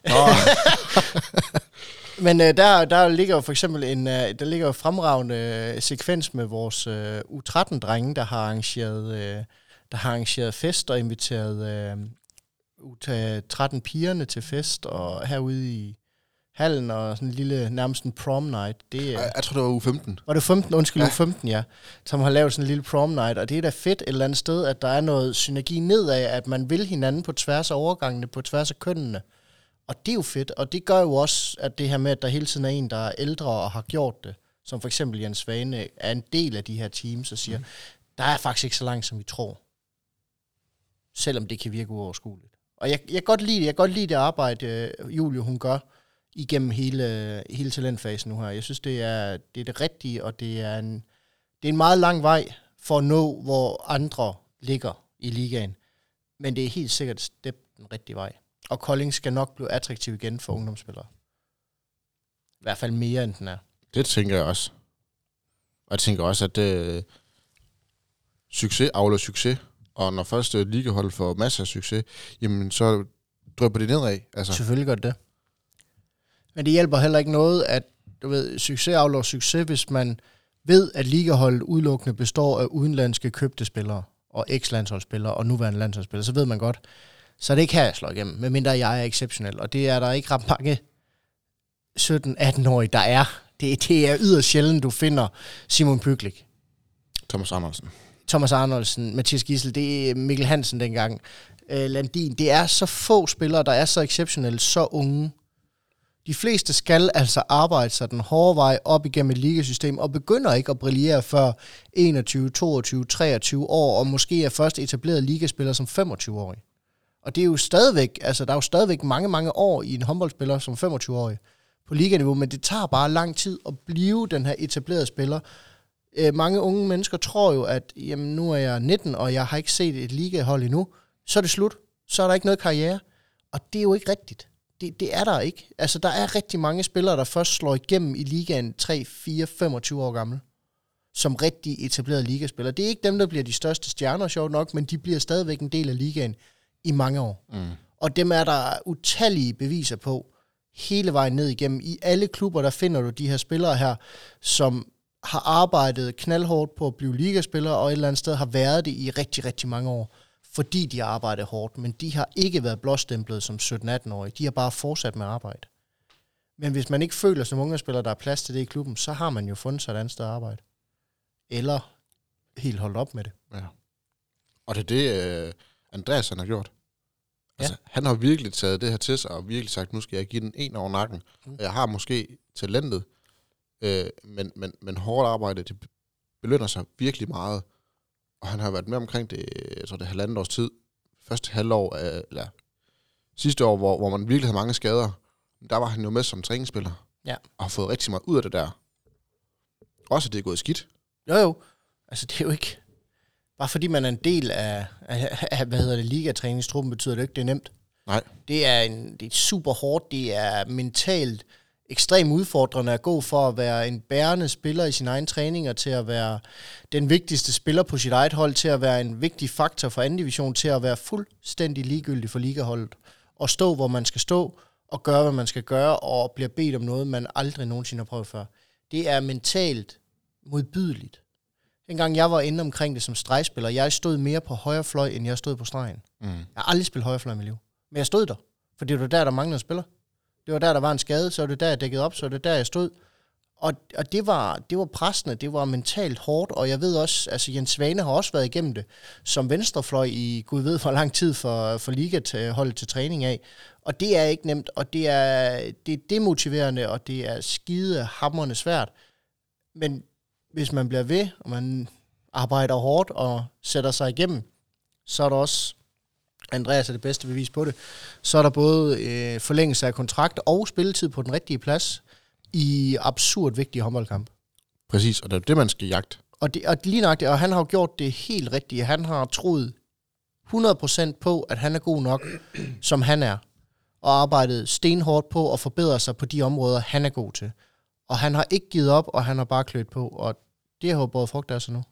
Men der ligger jo for eksempel der ligger jo fremragende sekvens med vores U13-drenge, der har arrangeret fest og inviteret U13 pigerne til fest, og herude i hallen, og sådan en lille, nærmest en prom night. Jeg tror, det var U15. Var det 15? Undskyld, ja. U15, ja. Som har lavet sådan en lille prom night, og det er da fedt et eller andet sted, at der er noget synergi nedad, at man vil hinanden på tværs af overgangene, på tværs af kønnene. Og det er jo fedt, og det gør jo også, at det her med, at der hele tiden er en, der er ældre og har gjort det, som for eksempel Jens Svane, er en del af de her teams, og siger, der er faktisk ikke så langt, som vi tror. Selvom det kan virke uoverskueligt. Og jeg kan godt lide det arbejde, Julie, hun gør, igennem hele talentfasen nu her. Jeg synes, det er det rigtige, og det er en meget lang vej for at nå, hvor andre ligger i ligaen. Men det er helt sikkert step den rigtige vej. Og Kolding skal nok blive attraktiv igen for ungdomsspillere. hvert fald mere, end den er. Det tænker jeg også. Og jeg tænker også, at succes avler succes, og når først ligahold får masser af succes, jamen så drøber det nedad. Altså. Selvfølgelig gør det. Men det hjælper heller ikke noget, at succes avler succes, hvis man ved, at ligaholdet udelukkende består af udenlandske købte spillere, og eks-landsholdsspillere, og nuværende landsholdsspillere, så ved man godt, så er det ikke her, jeg slår igennem, medmindre jeg er exceptionel, og det er der ikke ret mange 17-18-årige, der er. Det er yderst sjældent, du finder Simon Pyglik. Thomas Arnoldsen, Mathias Gidsel, det er Mikkel Hansen dengang, Landin. Det er så få spillere, der er så exceptionelle, så unge. De fleste skal altså arbejde sig den hårde vej op igennem et ligasystem, og begynder ikke at brillere før 21, 22, 23 år, og måske er først etableret ligaspiller som 25-årig. Og det er jo stadigvæk, altså der er jo stadigvæk mange, mange år i en håndboldspiller som 25-årig på liganiveau, men det tager bare lang tid at blive den her etablerede spiller. Mange unge mennesker tror jo, at jamen, nu er jeg 19, og jeg har ikke set et ligahold endnu. Så er det slut. Så er der ikke noget karriere. Og det er jo ikke rigtigt. Det er der ikke. Altså, der er rigtig mange spillere, der først slår igennem i ligaen 3, 4, 25 år gammel, som rigtig etablerede ligaspillere. Det er ikke dem, der bliver de største stjerner, sjovt nok, men de bliver stadigvæk en del af ligaen i mange år. Mm. Og dem er der utallige beviser på hele vejen ned igennem. I alle klubber, der finder du de her spillere her, som har arbejdet knaldhårdt på at blive ligaspillere, og et eller andet sted har været det i rigtig, rigtig mange år, fordi de har arbejdet hårdt, men de har ikke været blåstemplet som 17-18-årige. De har bare fortsat med at arbejde. Men hvis man ikke føler som ungdomsspiller, der er plads til det i klubben, så har man jo fundet sig et andet sted at arbejde. Eller helt holdt op med det. Ja. Og det er det, Andreas han har gjort. Altså, han har virkelig taget det her til sig, og virkelig sagt, nu skal jeg give den en over nakken. Jeg har måske talentet, men hårdt arbejde, det belønner sig virkelig meget. Og han har været med omkring det, jeg tror det er 1,5 års tid. Første halvår, eller sidste år, hvor man virkelig havde mange skader. Der var han jo med som træningsspiller. Ja. Og har fået rigtig meget ud af det der. Også det er gået skidt. Jo. Altså det er jo ikke... Bare fordi man er en del af ligatræningstruppen, betyder det ikke, det er nemt. Nej. Det er super hårdt, det er mentalt ekstremt udfordrende at gå for at være en bærende spiller i sin egen træning, og til at være den vigtigste spiller på sit eget hold, til at være en vigtig faktor for anden division, til at være fuldstændig ligegyldig for ligaholdet, og stå, hvor man skal stå, og gøre, hvad man skal gøre, og bliver bedt om noget, man aldrig nogensinde har prøvet før. Det er mentalt modbydeligt. Dengang jeg var inde omkring det som stregspiller, jeg stod mere på højre fløj, end jeg stod på stregen. Jeg har aldrig spillet højre fløj i mit liv. Men jeg stod der, for det var der manglede spiller. Det var der var en skade, så var det der, jeg dækkede op, så var det der, jeg stod. Og det var pressende, det var mentalt hårdt, og jeg ved også, altså Jens Svane har også været igennem det, som venstrefløj i Gud ved hvor lang tid for ligaholdet til træning af. Og det er ikke nemt, og det er demotiverende, og det er skide hamrende svært. Men hvis man bliver ved, og man arbejder hårdt og sætter sig igennem, så er der også, Andreas er det bedste bevis på det, så er der både forlængelse af kontrakt og spilletid på den rigtige plads i absurd vigtige håndboldkamp. Præcis, og det er det, man skal jagte. Og lige nøjagtigt, og han har gjort det helt rigtigt. Han har troet 100% på, at han er god nok, som han er, og arbejdet stenhårdt på at forbedre sig på de områder, han er god til. Og han har ikke givet op, og han har bare klødt på, og det har jo både frugt af sig nu.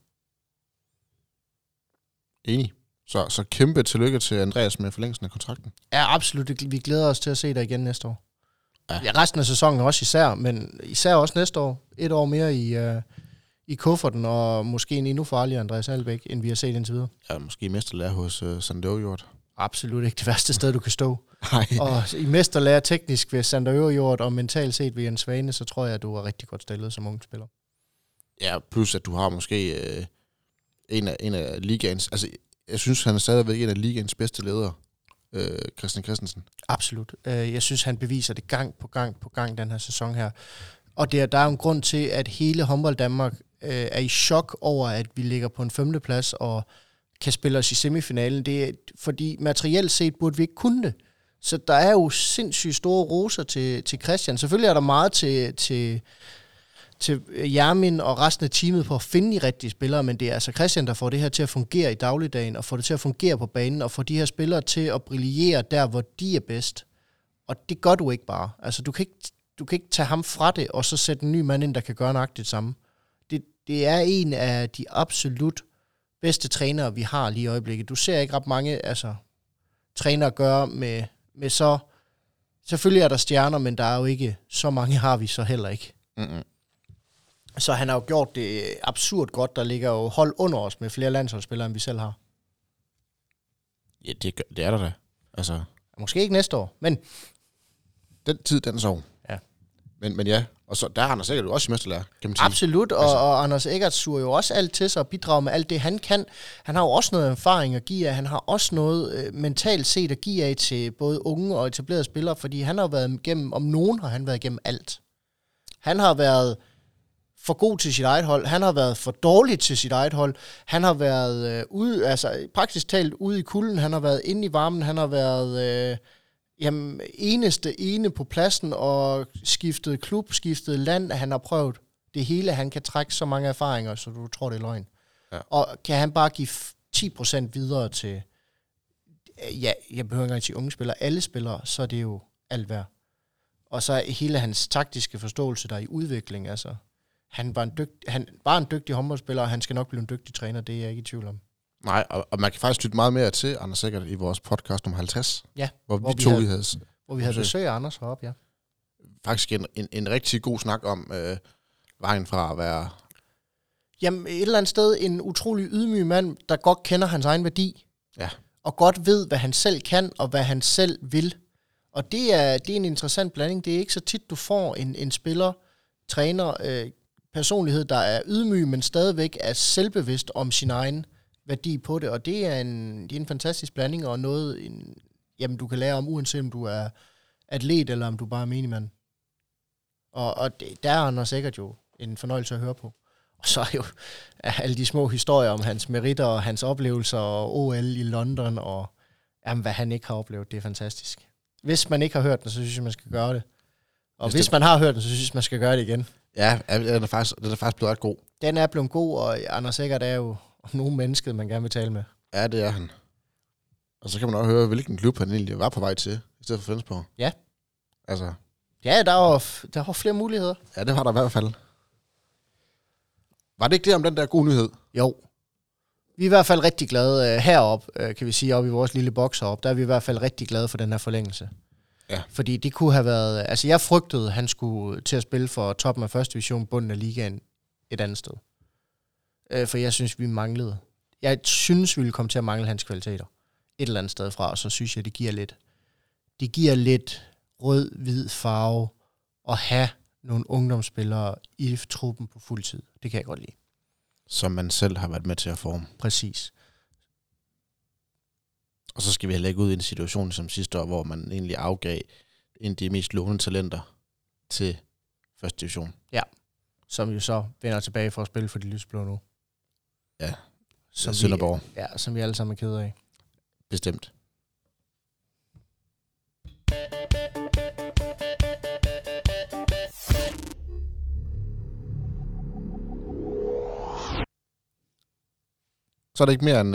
Enig. Så kæmpe tillykke til Andreas med forlængelsen af kontrakten. Ja, absolut. Vi glæder os til at se dig igen næste år. Ja, resten af sæsonen også især, men især også næste år. 1 år mere i kufferten, og måske en endnu farligere Andreas Albæk, end vi har set indtil videre. Ja, måske mesterlærer hos Sander Øverjord. Absolut ikke det værste sted, du kan stå. Nej. Og i mesterlærer teknisk ved Sander Øverjord, og mentalt set ved Jens Svane, så tror jeg, at du er rigtig godt stillet som ung spiller. Ja, plus at du har måske en af ligaens... Altså, jeg synes, han er stadigvæk en af ligaens bedste ledere, Christian Christensen. Absolut. Jeg synes, han beviser det gang på gang den her sæson her. Og der er jo en grund til, at hele håndbold Danmark er i chok over, at vi ligger på en 5. plads og kan spille os i semifinalen. Det er, fordi materielt set burde vi ikke kunne det. Så der er jo sindssygt store roser til Christian. Selvfølgelig er der meget til Jermin og resten af teamet på at finde de rigtige spillere, men det er altså Christian, der får det her til at fungere i dagligdagen, og får det til at fungere på banen, og får de her spillere til at brillere der, hvor de er bedst. Og det gør du ikke bare. Altså, du kan ikke tage ham fra det, og så sætte en ny mand ind, der kan gøre nøjagtigt det samme. Det er en af de absolut bedste trænere, vi har lige i øjeblikket. Du ser ikke ret mange trænere gøre med så... Selvfølgelig er der stjerner, men der er jo ikke så mange, har vi så heller ikke. Mm-hmm. Så han har jo gjort det absurd godt. Der ligger jo hold under os med flere landsholdsspillere, end vi selv har. Ja, det er der da. Altså, måske ikke næste år, men... Den tid, den sov. Ja. Men ja, og så der er Anders Eggert jo også mesterlærer, kan man sige. Absolut, og Anders Eggert suger jo også alt til sig og bidrager med alt det, han kan. Han har jo også noget erfaring at give af. Han har også noget mentalt set at give af til både unge og etablerede spillere, fordi han har været igennem, om nogen har han været igennem alt. Han har været for god til sit eget hold. Han har været for dårlig til sit eget hold. Han har været ude, praktisk talt ude i kulden. Han har været inde i varmen. Han har været ene på pladsen og skiftet klub, skiftet land. Han har prøvet det hele. Han kan trække så mange erfaringer, så du tror, det er løgn. Ja. Og kan han bare give 10% videre til, jeg behøver ikke engang sige unge spillere, alle spillere, så er det jo alt værd. Og så hele hans taktiske forståelse, der er i udvikling, altså. Han var en dygtig håndboldspiller, og han skal nok blive en dygtig træner, det er jeg ikke i tvivl om. Nej, og man kan faktisk lytte meget mere til Anders Eggert i vores podcast nummer 50. Ja. Hvor vi havde besøg af Anders heroppe, ja. Faktisk en rigtig god snak om vejen fra at være... Jamen, et eller andet sted en utrolig ydmyg mand, der godt kender hans egen værdi. Ja. Og godt ved, hvad han selv kan, og hvad han selv vil. Og det er en interessant blanding. Det er ikke så tit, du får en spiller, træner, personlighed, der er ydmyg, men stadigvæk er selvbevidst om sin egen værdi på det. Og det er en fantastisk blanding, og noget, du kan lære om, uanset om du er atlet, eller om du bare er minimand. Og der er Anders sikkert jo en fornøjelse at høre på. Og så er jo alle de små historier om hans meritter, og hans oplevelser, og OL i London, og hvad han ikke har oplevet, det er fantastisk. Hvis man ikke har hørt den, så synes jeg, man skal gøre det. Og hvis man har hørt den, så synes jeg, man skal gøre det igen. Ja, den er faktisk blevet ret god. Den er blevet god, og Anders Eggert er jo nogle mennesker, man gerne vil tale med. Ja, det er han. Og så kan man også høre, hvilken klub han egentlig var på vej til, i stedet for Flensborg. Ja. Altså. Ja, der var flere muligheder. Ja, det var der i hvert fald. Var det ikke det om den der gode nyhed? Jo. Vi er i hvert fald rigtig glade heroppe, kan vi sige, oppe i vores lille boks heroppe. Der er vi i hvert fald rigtig glade for den her forlængelse. Ja. Fordi det kunne have været... Altså, jeg frygtede, at han skulle til at spille for toppen af 1. division, bunden af ligaen, et andet sted. For jeg synes, vi manglede... Jeg synes, vi ville komme til at mangle hans kvaliteter. Et eller andet sted fra, og så synes jeg, det giver lidt rød-hvid farve at have nogle ungdomsspillere i truppen på fuld tid. Det kan jeg godt lide. Som man selv har været med til at forme. Præcis. Og så skal vi heller ikke ud i en situation som sidste år, hvor man egentlig afgav en af de mest lovende talenter til 1. division. Ja, som jo så vender tilbage for at spille for de lysblå nu. Ja, som Sønderborg. Som vi alle sammen er kede af. Bestemt. Så er det ikke mere end...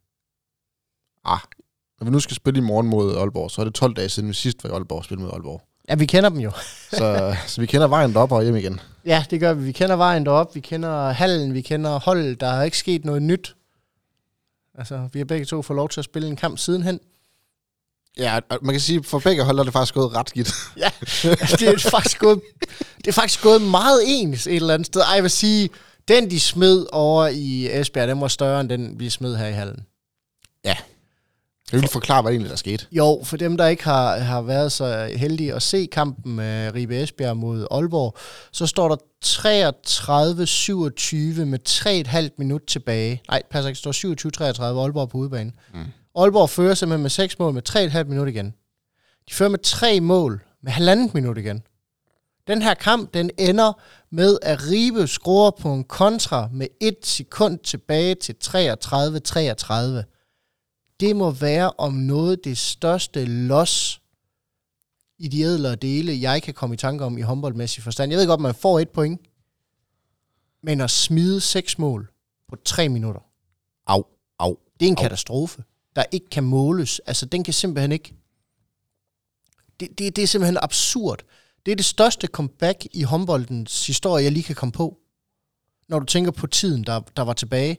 når vi nu skal spille i morgen mod Aalborg, så er det 12 dage siden vi sidst var i Aalborg og spille mod Aalborg. Ja, vi kender dem jo. så vi kender vejen derop og hjem igen. Ja, det gør vi. Vi kender vejen derop, vi kender hallen, vi kender holdet. Der er ikke sket noget nyt. Altså, vi har begge to fået lov til at spille en kamp sidenhen. Ja, man kan sige, for begge hold er det faktisk gået ret skidt. Ja, det er faktisk gået meget ens et eller andet sted. Jeg vil sige, den de smed over i Esbjerg, den var større end den, vi smed her i hallen. Ja. Jeg vil lige forklare, hvad egentlig der skete. Jo, for dem, der ikke har været så heldige at se kampen med Ribe Esbjerg mod Aalborg, så står der 33-27 med 3,5 minut tilbage. Nej, passer ikke, står 27-33 Aalborg på udebane. Aalborg fører simpelthen med 6 mål med 3,5 minut igen. De fører med 3 mål med 1,5 minut igen. Den her kamp, den ender med, at Ribe scorer på en kontra med 1 sekund tilbage til 33-33. Det må være om noget det største los i de ædlere dele, jeg kan komme i tanke om i håndboldmæssig forstand. Jeg ved godt, man får 1 point, men at smide 6 mål på 3 minutter. Au. Det er en katastrofe, der ikke kan måles. Altså, den kan simpelthen ikke... Det er simpelthen absurd. Det er det største comeback i håndboldens historie, jeg lige kan komme på. Når du tænker på tiden, der var tilbage.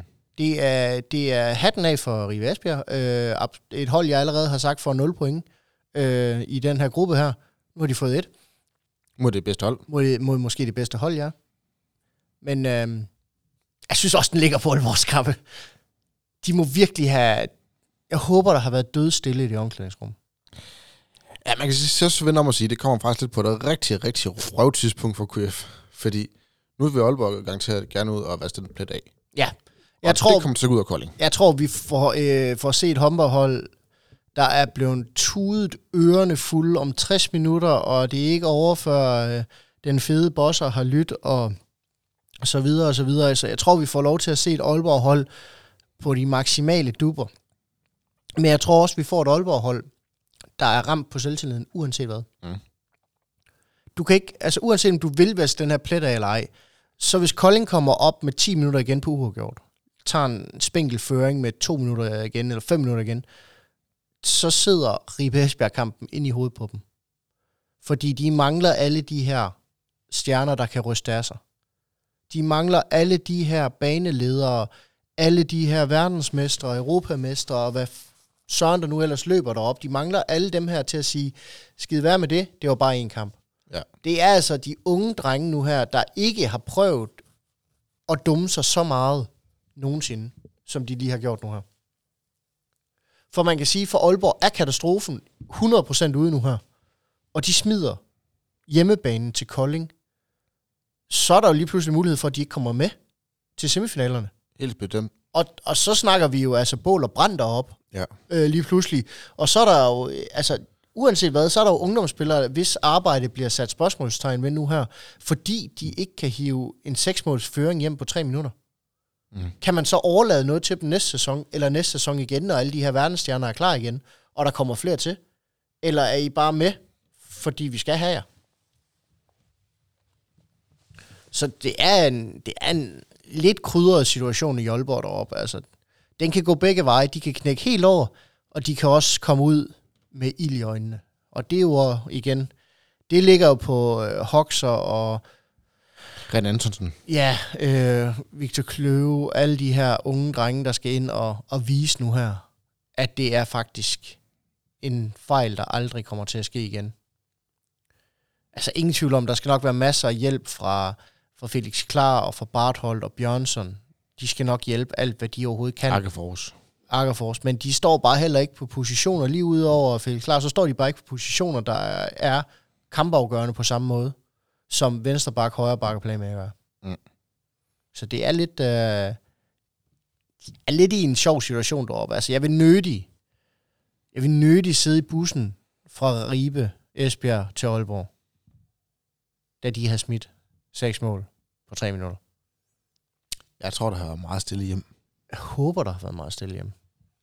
Det er hatten af for Ribe Esbjerg. Et hold, jeg allerede har sagt, får 0 point i den her gruppe her. Nu har de fået 1. Mod det bedste hold. Mod måske det bedste hold, ja. Men jeg synes også, den ligger på vores kappe. De må virkelig have... Jeg håber, der har været dødstille i det omklædningsrum. Ja, man kan så vende om at sige, det kommer faktisk lidt på et rigtig, rigtig røvtidspunkt for KF. Fordi nu vil Aalborg garanteret gerne ud og vaske den plet af. Ja. Det kommer til at gå ud af Kolding. Jeg tror, vi får set håndboldhold, der er blevet tudet ørerne fulde om 60 minutter, og det er ikke over, før den fede bosser har lyttet, og så videre og så videre. Så jeg tror, vi får lov til at se et Aalborg-hold på de maksimale dupper. Men jeg tror også, vi får et Aalborg-hold, der er ramt på selvtilliden, uanset hvad. Du kan ikke, altså uanset om du vil vaske den her plet af eller ej, så hvis Kolding kommer op med 10 minutter igen på uafgjort, tager en spinkel føring med 2 minutter igen, eller 5 minutter igen, så sidder Ribe Esbjerg-kampen ind i hovedet på dem. Fordi de mangler alle de her stjerner, der kan ryste af sig. De mangler alle de her baneledere, alle de her verdensmestre, europamestre, og hvad søren der nu ellers løber derop. De mangler alle dem her til at sige, skide være med det var bare en kamp. Ja. Det er altså de unge drenge nu her, der ikke har prøvet at dumme sig så meget nogensinde, som de lige har gjort nu her. For man kan sige, for Aalborg er katastrofen 100% ude nu her. Og de smider hjemmebanen til Kolding. Så er der jo lige pludselig mulighed for, at de ikke kommer med til semifinalerne. Helt bedømt. Og så snakker vi jo altså bål og brand derop. Ja. Lige pludselig. Og så er der jo, altså uanset hvad, så er der jo ungdomsspillere, hvis arbejde bliver sat spørgsmålstegn ved nu her, fordi de ikke kan hive en 6-måls føring hjem på 3 minutter. Kan man så overlade noget til dem næste sæson, eller næste sæson igen, når alle de her verdensstjerner er klar igen, og der kommer flere til? Eller er I bare med, fordi vi skal have jer? Så det er en lidt krydret situation i Aalborg deroppe. Altså, den kan gå begge veje. De kan knække helt over, og de kan også komme ud med ild i øjnene. Og det er jo igen, det ligger jo på Hoxer og Ren Antonsen. Ja, Victor Kløve, alle de her unge drenge, der skal ind og vise nu her, at det er faktisk en fejl, der aldrig kommer til at ske igen. Altså ingen tvivl om, der skal nok være masser af hjælp fra Felix Klar og fra Bartholdt og Bjørnsson. De skal nok hjælpe alt, hvad de overhovedet kan. Akkerfors. Men de står bare heller ikke på positioner lige ud over Felix Klar, så står de bare ikke på positioner, der er kampafgørende på samme måde, som venstreback, højreback og playmaker. Så det er lidt i en sjov situation deroppe. Altså, jeg vil nødig sidde i bussen fra Ribe, Esbjerg til Aalborg, da de har smidt 6 mål på 3 minutter. Jeg tror, der har været meget stille hjem. Jeg håber, der har været meget stille hjem.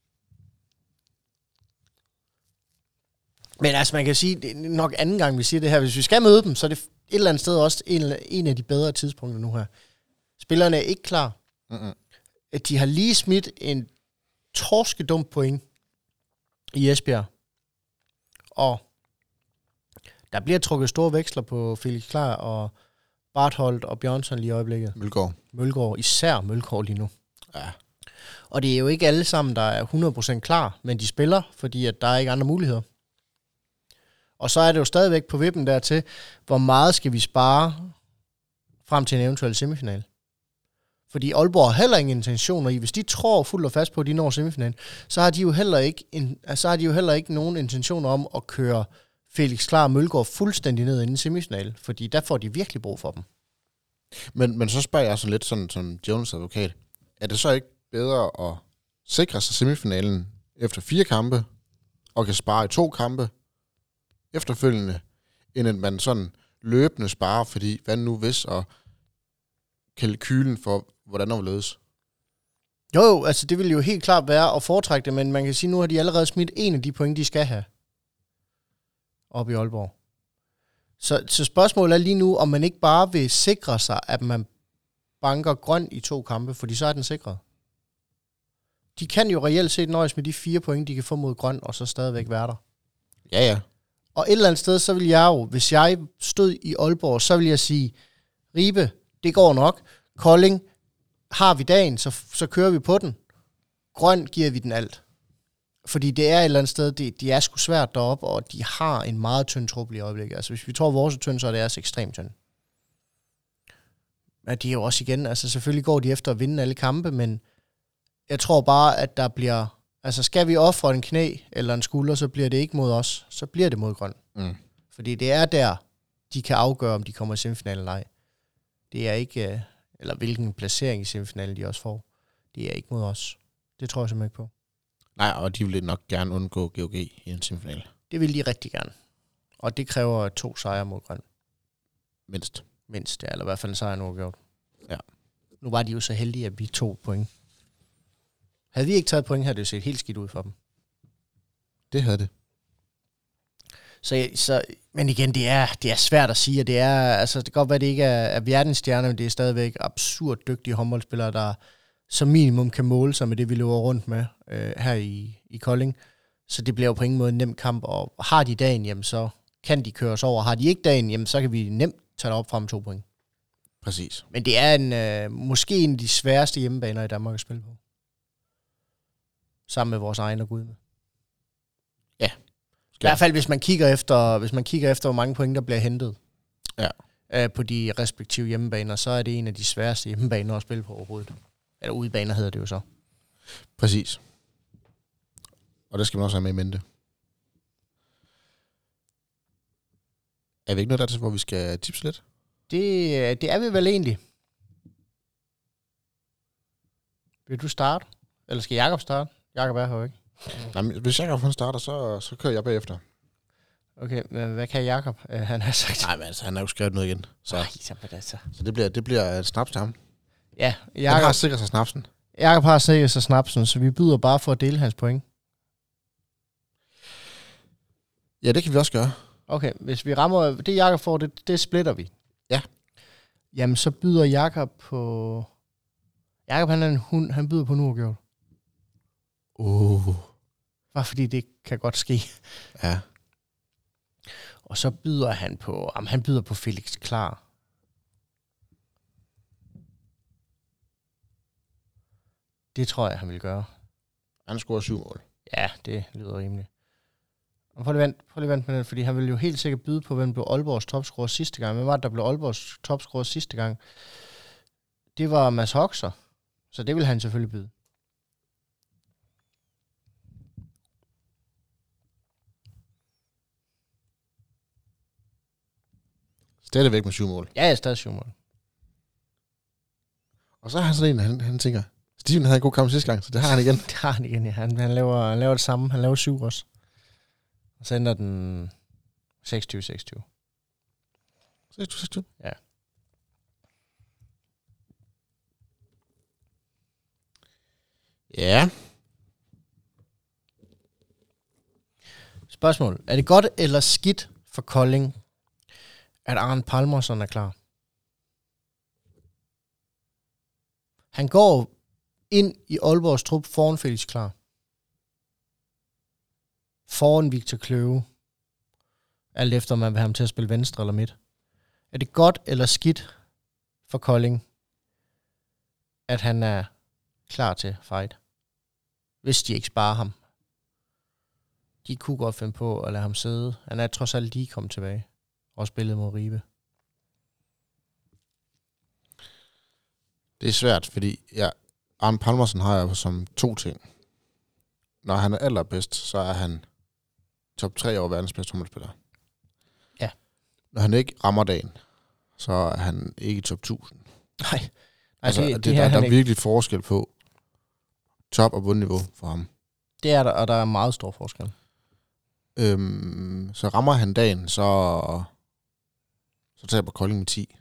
Men altså, man kan sige, det er nok anden gang, vi siger det her. Hvis vi skal møde dem, så er det et eller andet sted også en af de bedre tidspunkter nu her. Spillerne er ikke klar. De har lige smidt en torskedum point i Esbjerg. Og der bliver trukket store veksler på Felix Klar og Bartholdt og Bjørnsson lige i øjeblikket. Mølgaard. Især Mølgaard lige nu. Ja. Og det er jo ikke alle sammen, der er 100% klar, men de spiller, fordi at der er ikke andre muligheder. Og så er det jo stadigvæk på vippen dertil, hvor meget skal vi spare frem til en eventuel semifinal. Fordi Aalborg har heller ingen intentioner i, hvis de tror fuldt og fast på, at de når semifinalen, så har de jo heller ikke nogen intentioner om at køre Felix Klar og Mølgaard fuldstændig ned inden semifinal, fordi der får de virkelig brug for dem. Men så spørger jeg sådan lidt sådan, som Jones advokat, er det så ikke bedre at sikre sig semifinalen efter 4 kampe, og kan spare i 2 kampe efterfølgende, end at man sådan løbende sparer, fordi hvad nu hvis, og kalkylen for, hvordan overledes? Jo, altså det vil jo helt klart være at foretrække det, men man kan sige, nu har de allerede smidt en af de point, de skal have op i Aalborg. Så spørgsmålet er lige nu, om man ikke bare vil sikre sig, at man banker grøn i 2 kampe, fordi så er den sikret. De kan jo reelt set nøjes med de 4 point, de kan få mod grøn, og så stadigvæk være der. Ja. Og et eller andet sted, så vil jeg jo, hvis jeg stod i Aalborg, så vil jeg sige, Ribe, det går nok. Kolding, har vi dagen, så kører vi på den. Grøn giver vi den alt. Fordi det er et eller andet sted, de er sgu svært deroppe, og de har en meget tynd trup i øjeblikket. Altså hvis vi tror, vores er tynd, så er det altså ekstremt tynd. Men de er jo også igen, altså selvfølgelig går de efter at vinde alle kampe, men jeg tror bare, at der bliver, altså skal vi ofre en knæ eller en skulder, så bliver det ikke mod os, så bliver det mod Grøn. Fordi det er der, de kan afgøre, om de kommer i semifinalen eller ej. Det er ikke, eller hvilken placering i semifinalen de også får. Det er ikke mod os. Det tror jeg simpelthen ikke på. Nej, og de vil nok gerne undgå GOG i en semifinal. Det vil de rigtig gerne. Og det kræver 2 sejre mod Grøn. Mindst, ja, eller i hvert fald en sejr nu gjort. Ja. Nu var de jo så heldige, at vi tog point. Havde vi ikke taget point, havde det jo set helt skidt ud for dem. Det havde det. Så, men igen, det er svært at sige, at det er, altså det kan godt være, at det ikke er verdensstjerner, men det er stadigvæk absurd dygtige håndboldspillere, der som minimum kan måle sig med det, vi løber rundt med her i Kolding. Så det bliver jo på ingen måde en nem kamp, og har de dagen, jamen så kan de køre os over. Har de ikke dagen, jamen så kan vi nemt tage det op frem 2 point. Præcis. Men det er måske en af de sværeste hjemmebaner i Danmark at spille på. Sammen med vores egen og Gud med. Ja. I hvert fald, hvis man kigger efter, hvor mange point, der bliver hentet på de respektive hjemmebaner, så er det en af de sværeste hjemmebaner at spille på overhovedet. Eller udebaner hedder det jo så. Præcis. Og det skal man også have med i mente. Er vi ikke noget der til, hvor vi skal tipse lidt? Det er vi vel egentlig. Vil du starte? Eller skal Jakob starte? Jakob er her jo ikke. Nej, men hvis Jakob han starter, så kører jeg bagefter. Okay, men hvad kan Jakob? Han har sagt... Nej, men altså, han har jo skrevet noget igen. Så det bliver et snaps til ham. Ja, Jakob, han har sikkert sig snapsen. Jakob har sikkert sig snapsen, så vi byder bare for at dele hans point. Ja, det kan vi også gøre. Okay, hvis vi rammer det, Jakob får, det splitter vi. Ja. Jamen, så byder Jakob på... Jakob, han er en hund, han byder på nu og gjort. Bare fordi det kan godt ske. Ja. Og så byder han på... han byder på Felix Klar. Det tror jeg, han vil gøre. Han scorer 7 mål. Ja, det lyder rimeligt. Og prøv lige vent med det, fordi han vil jo helt sikkert byde på, hvem blev Aalborgs topscorer sidste gang. Hvem var det, der blev Aalborgs topscorer sidste gang? Det var Mads Hoxer. Så det vil han selvfølgelig byde. Stadigvæk med 7 mål. Ja, jeg er stadig 7 mål. Og så har han sådan en, han tænker, Steven havde en god kamp sidste gang, så det har han igen. Det har han igen, ja. Han laver det samme. Han laver 7 også. Og så ender den 26-26. 26? Ja. Ja. Spørgsmål. Er det godt eller skidt for Kolding, at Arne Palmerson er klar? Han går ind i Aalborgs trup foran Felix Klar. Foran Victor Kløve. Alt efter, om man vil have ham til at spille venstre eller midt. Er det godt eller skidt for Kolding, at han er klar til fight? Hvis de ikke sparer ham. De kunne godt finde på at lade ham sidde. Han er trods alt lige kommet tilbage og spillet mod Ribe. Det er svært, fordi Arne Palmerson har jo som 2 ting. Når han er allerbedst, så er han top 3 over verdens bedste håndboldspiller. Ja. Når han ikke rammer dagen, så er han ikke i top 1000. Nej. Altså, der er virkelig forskel på top- og bundniveau for ham. Det er der, og der er meget stor forskel. Så rammer han dagen, så taber Kolding med 10.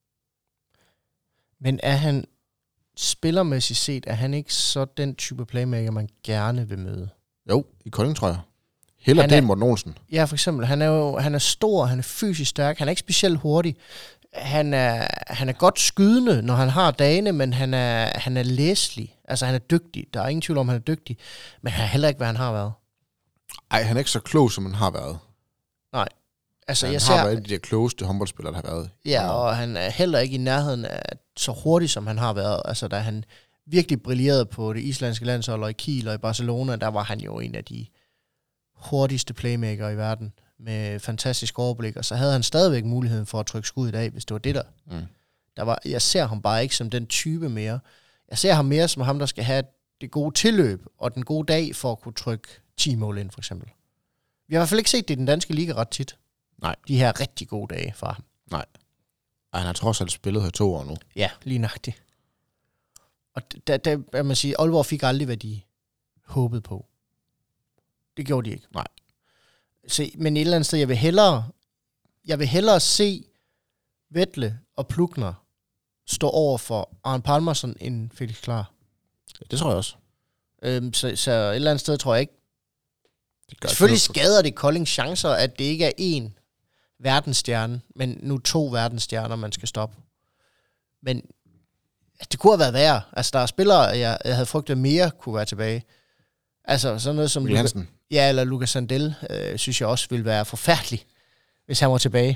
Men er han spillermæssigt set, er han ikke så den type playmaker, man gerne vil møde? Jo, i Kolding, tror jeg. Heller det end Morten Olsen. Ja, for eksempel. Han er stor, han er fysisk stærk, han er ikke specielt hurtig. Han er godt skydende, når han har dagene, men han er læselig. Altså, han er dygtig. Der er ingen tvivl om, han er dygtig. Men han er heller ikke, hvad han har været. Ej, han er ikke så klog, som han har været. Altså, han jeg har ser, været en af de der klogeste håndboldspillere, der har været. ja, og han er heller ikke i nærheden af så hurtig, som han har været. Altså, da han virkelig brillerede på det islandske landshold, og i Kiel og i Barcelona, der var han jo en af de hurtigste playmaker i verden, med fantastisk overblik, og så havde han stadigvæk muligheden for at trykke skuddet af, hvis det var det der. Jeg ser ham bare ikke som den type mere. Jeg ser ham mere som ham, der skal have det gode tilløb, og den gode dag for at kunne trykke 10 mål ind, for eksempel. Vi har i hvert fald ikke set det i den danske liga ret tit. Nej. De her rigtig gode dage fra ham. Nej. Og han har trods alt spillet her 2 år nu. Ja, lige nøjagtigt. Og der man sige, Aalborg fik aldrig, hvad de håbede på. Det gjorde de ikke. Nej. Så, men et eller andet sted, jeg vil hellere se Vettle og Plukner stå over for Arne Palmerson end Felix Klar. Ja, det tror jeg også. Så et eller andet sted tror jeg ikke. Det selvfølgelig skader det Koldings chancer, at det ikke er én verdensstjerne, men nu 2 verdensstjerner, man skal stoppe. Men det kunne have været værre. Altså, der er spillere, jeg havde frygtet mere kunne være tilbage. Altså, sådan noget som eller Lucas Sandell, synes jeg også ville være forfærdelig, hvis han var tilbage.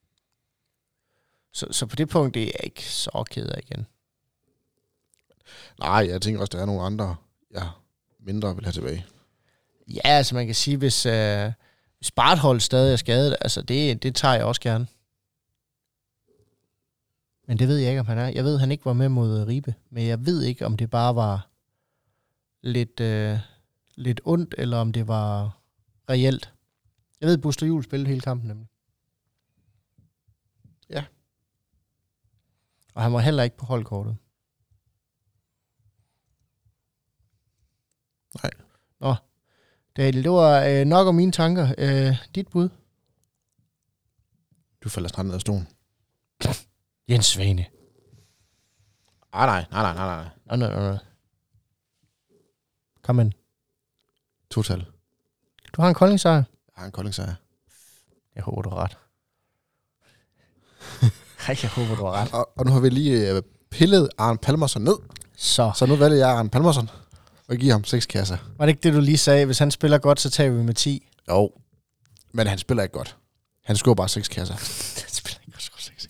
Så på det punkt, det er jeg ikke så ked af igen. Nej, jeg tænker også, der er nogle andre, mindre vil have tilbage. Ja, altså man kan sige, hvis Barthold stadig er skadet, altså det tager jeg også gerne. Men det ved jeg ikke, om han er. Jeg ved, han ikke var med mod Ribe, men jeg ved ikke, om det bare var lidt ondt, eller om det var reelt. Jeg ved, Buster Juhl spillede hele kampen nemlig. Ja. Og han var heller ikke på holdkortet. Nej. Nå, Daniel, det var nok om mine tanker. Dit bud? Du falder snart ned af stolen. Jens Svane. Nej. Nej. Kom ind. 2-tal. Du har en Kolding-sejr? Jeg har en Kolding-sejr. Jeg håber, du har ret. Jeg håber, du har ret. Og nu har vi lige pillet Arne Palmerson ned. Så nu vælger jeg Arne Palmerson og giver ham 6 kasser. Var det ikke det, du lige sagde? Hvis han spiller godt, så tager vi med 10. Jo, men han spiller ikke godt. Han scorer bare 6 kasser. Han spiller ikke godt, 6.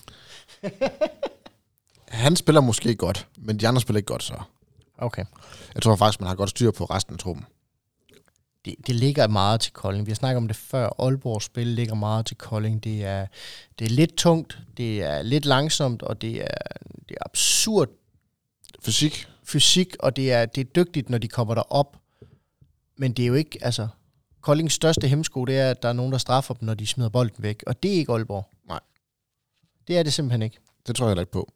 Han spiller måske godt, men de andre spiller ikke godt, så. Okay. Jeg tror faktisk, man har godt styr på resten af truppen. Det ligger meget til Kolding. Vi har snakket om det før. Aalborgs spil ligger meget til Kolding. Det er lidt tungt, det er lidt langsomt, og det er absurd fysik, og det er dygtigt, når de kommer derop. Men det er jo ikke, altså, Koldings største hemsko, det er, at der er nogen, der straffer dem, når de smider bolden væk. Og det er ikke Aalborg. Nej. Det er det simpelthen ikke. Det tror jeg heller ikke på.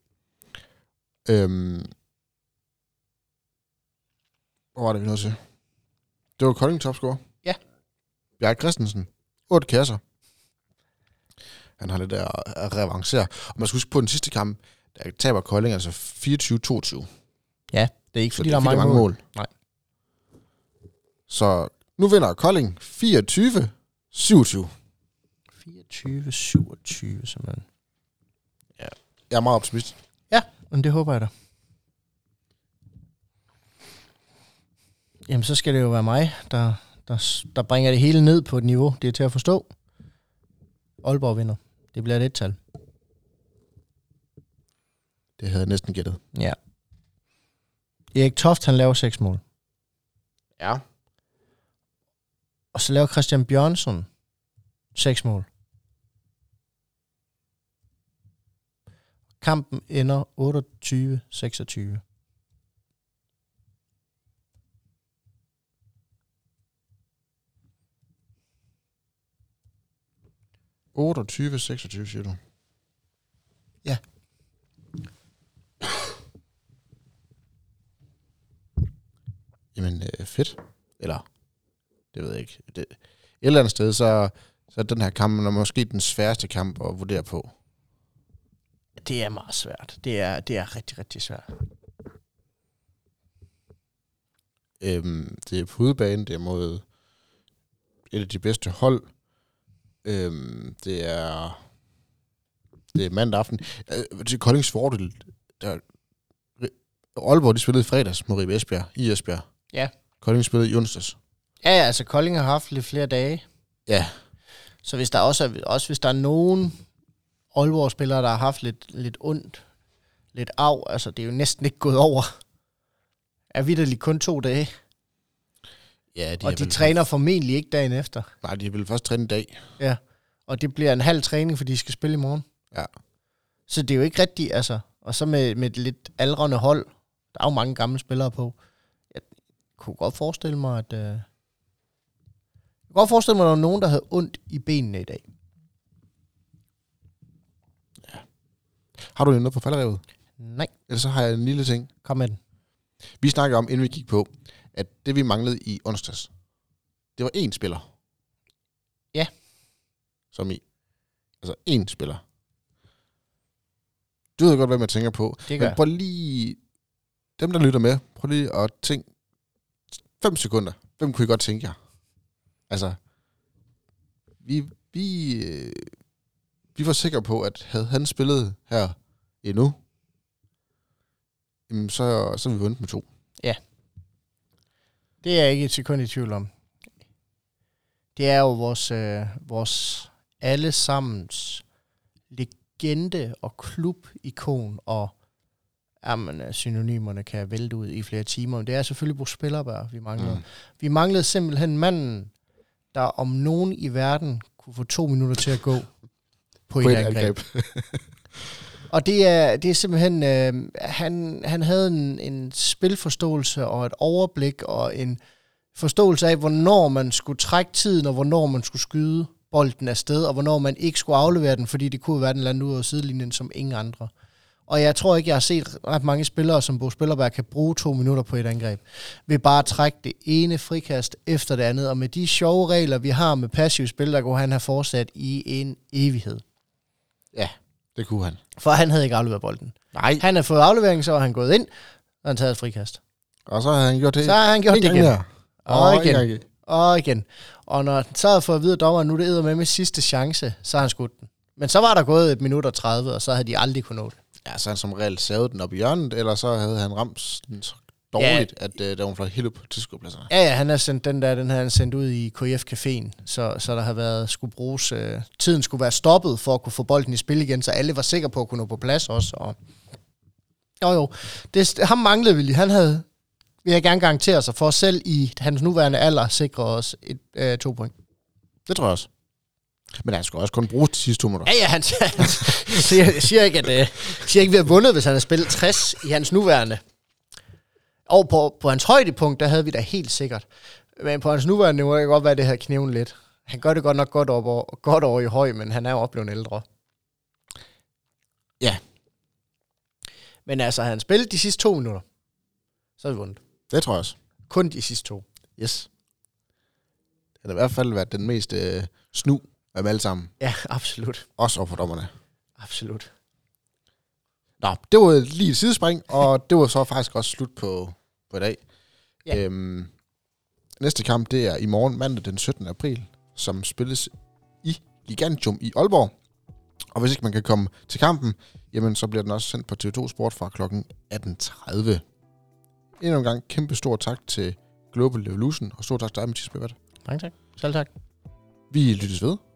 Hvor var det, vi nåede til? Det var Kolding topscorer. Ja. Bjarke Christensen. 8 kasser. Han har lidt at reavancere. Og man skal huske på den sidste kamp, der taber Kolding altså 24-22. Ja, det er ikke fordi, der er mange mål. Nej. Så nu vinder Kolding 24-27. 24-27, simpelthen. Ja. Jeg er meget optimistisk. Ja, men det håber jeg da. Jamen, så skal det jo være mig, der bringer det hele ned på et niveau, det er til at forstå. Aalborg vinder. Det bliver et 1-tal. Det havde jeg næsten gættet. Ja. Erik Toft, han laver 6 mål. Ja. Og så laver Christian Bjørnsson 6 mål. Kampen ender 28-26. – 28-26, siger du? Ja. Jamen, fedt. Eller, det ved jeg ikke. Et eller andet sted, så er den her kamp måske den sværeste kamp at vurdere på. Det er meget svært. Det er rigtig, rigtig svært. Det er på udebane, det er mod et af de bedste hold. Det er mandag aften. Til Koldings fordel, Aalborg, de spillede i fredags mod Ribe Esbjerg i Esbjerg. Ja. Kolding spillede i onsdags. Ja, altså Kolding har haft lidt flere dage. Ja. Så hvis der også hvis der er nogen Aalborg-spillere, der har haft lidt ondt, lidt af, altså det er jo næsten ikke gået over. Er vitterligt kun 2 dage. Ja, og de træner formentlig ikke dagen efter. Nej, de vil først træne en dag. Ja, og det bliver en halv træning, fordi de skal spille i morgen. Ja. Så det er jo ikke rigtigt, altså. Og så med et lidt aldrende hold, der er jo mange gamle spillere på. Jeg kunne godt forestille mig, at der var nogen, der havde ondt i benene i dag. Ja. Har du noget på falderevet? Nej. Ellers så har jeg en lille ting. Kom med den. Vi snakkede om, inden vi gik på, at det vi manglede i onsdags, det var 1 spiller. Ja. Som i. Altså 1 spiller. Du ved godt, hvad man tænker på. Det gør. Men prøv lige, dem der lytter med, prøv lige at tænke 5 sekunder. Hvem kunne I godt tænke jer? Altså, vi var sikre på, at havde han spillet her endnu, jamen så vi vundet med 2. Ja. Det er jeg ikke et sekund i tvivl om. Det er jo vores allesammens legende og klubikon, og synonymerne kan vælte ud i flere timer. Men det er selvfølgelig Bo Spillerberg, vi manglede. Vi manglede simpelthen manden, der om nogen i verden kunne få 2 minutter til at gå på et angreb. Og det er simpelthen, han havde en spilforståelse og et overblik og en forståelse af, hvornår man skulle trække tiden, og hvornår man skulle skyde bolden afsted, og hvornår man ikke skulle aflevere den, fordi det kunne være den eller anden ud af sidelinjen som ingen andre. Og jeg tror ikke, jeg har set ret mange spillere, som Bo Spillerberg kan bruge 2 minutter på et angreb, ved bare at trække det ene frikast efter det andet. Og med de sjove regler, vi har med passiv spil, der kunne han have fortsat i en evighed. Ja, det kunne han. For han havde ikke afleveret bolden. Nej. Han havde fået aflevering, så var han gået ind, og han taget et frikast. Og så havde han gjort det. Så har han gjort det igen. Mere. Og igen. Og når så havde fået at vide af dommeren, nu er det eddermame sidste chance, så har han skudt den. Men så var der gået 1 minut og 30, og så havde de aldrig kunnet nå det. Ja, så han som regel savet den op i hjørnet, eller så havde han ramt den så dårligt, at der var flot helt på tilskuerpladserne. Ja, han har sendt den havde han sendt ud i KF-caféen, så der har været, skulle bruges, tiden skulle være stoppet for at kunne få bolden i spil igen, så alle var sikre på at kunne nå på plads også. Og ham manglede vi. Han havde, vil jeg gerne garantere sig for, selv i hans nuværende alder, sikre os 2 point. Det tror jeg også. Men han skulle også kun bruge de sidste 2 minutter. Ja, han siger ikke, at vi har vundet, hvis han har spillet 60 i hans nuværende. Og på hans højdepunkt, der havde vi da helt sikkert. Men på hans nuværende niveau, kan det godt være, at det her knæven lidt. Han gør det godt nok godt over i høj, men han er jo også blevet ældre. Ja. Men altså, han spillet de sidste 2 minutter, så har vi vundet. Det tror jeg også. Kun de sidste 2. Yes. Det har i hvert fald været den mest snu af dem alle sammen. Ja, absolut. Også over for dommerne. Absolut. Nå, det var lige et sidespring, og det var så faktisk også slut på i dag. Ja. Næste kamp, det er i morgen, mandag den 17. april, som spilles i Gigantium i Aalborg. Og hvis ikke man kan komme til kampen, jamen så bliver den også sendt på TV2 Sport fra kl. 18.30. Endnu en gang kæmpe stor tak til Global Evolution, og stor tak til dig, Mathias Bævert. Mange tak. Selv tak. Vi lyttes ved.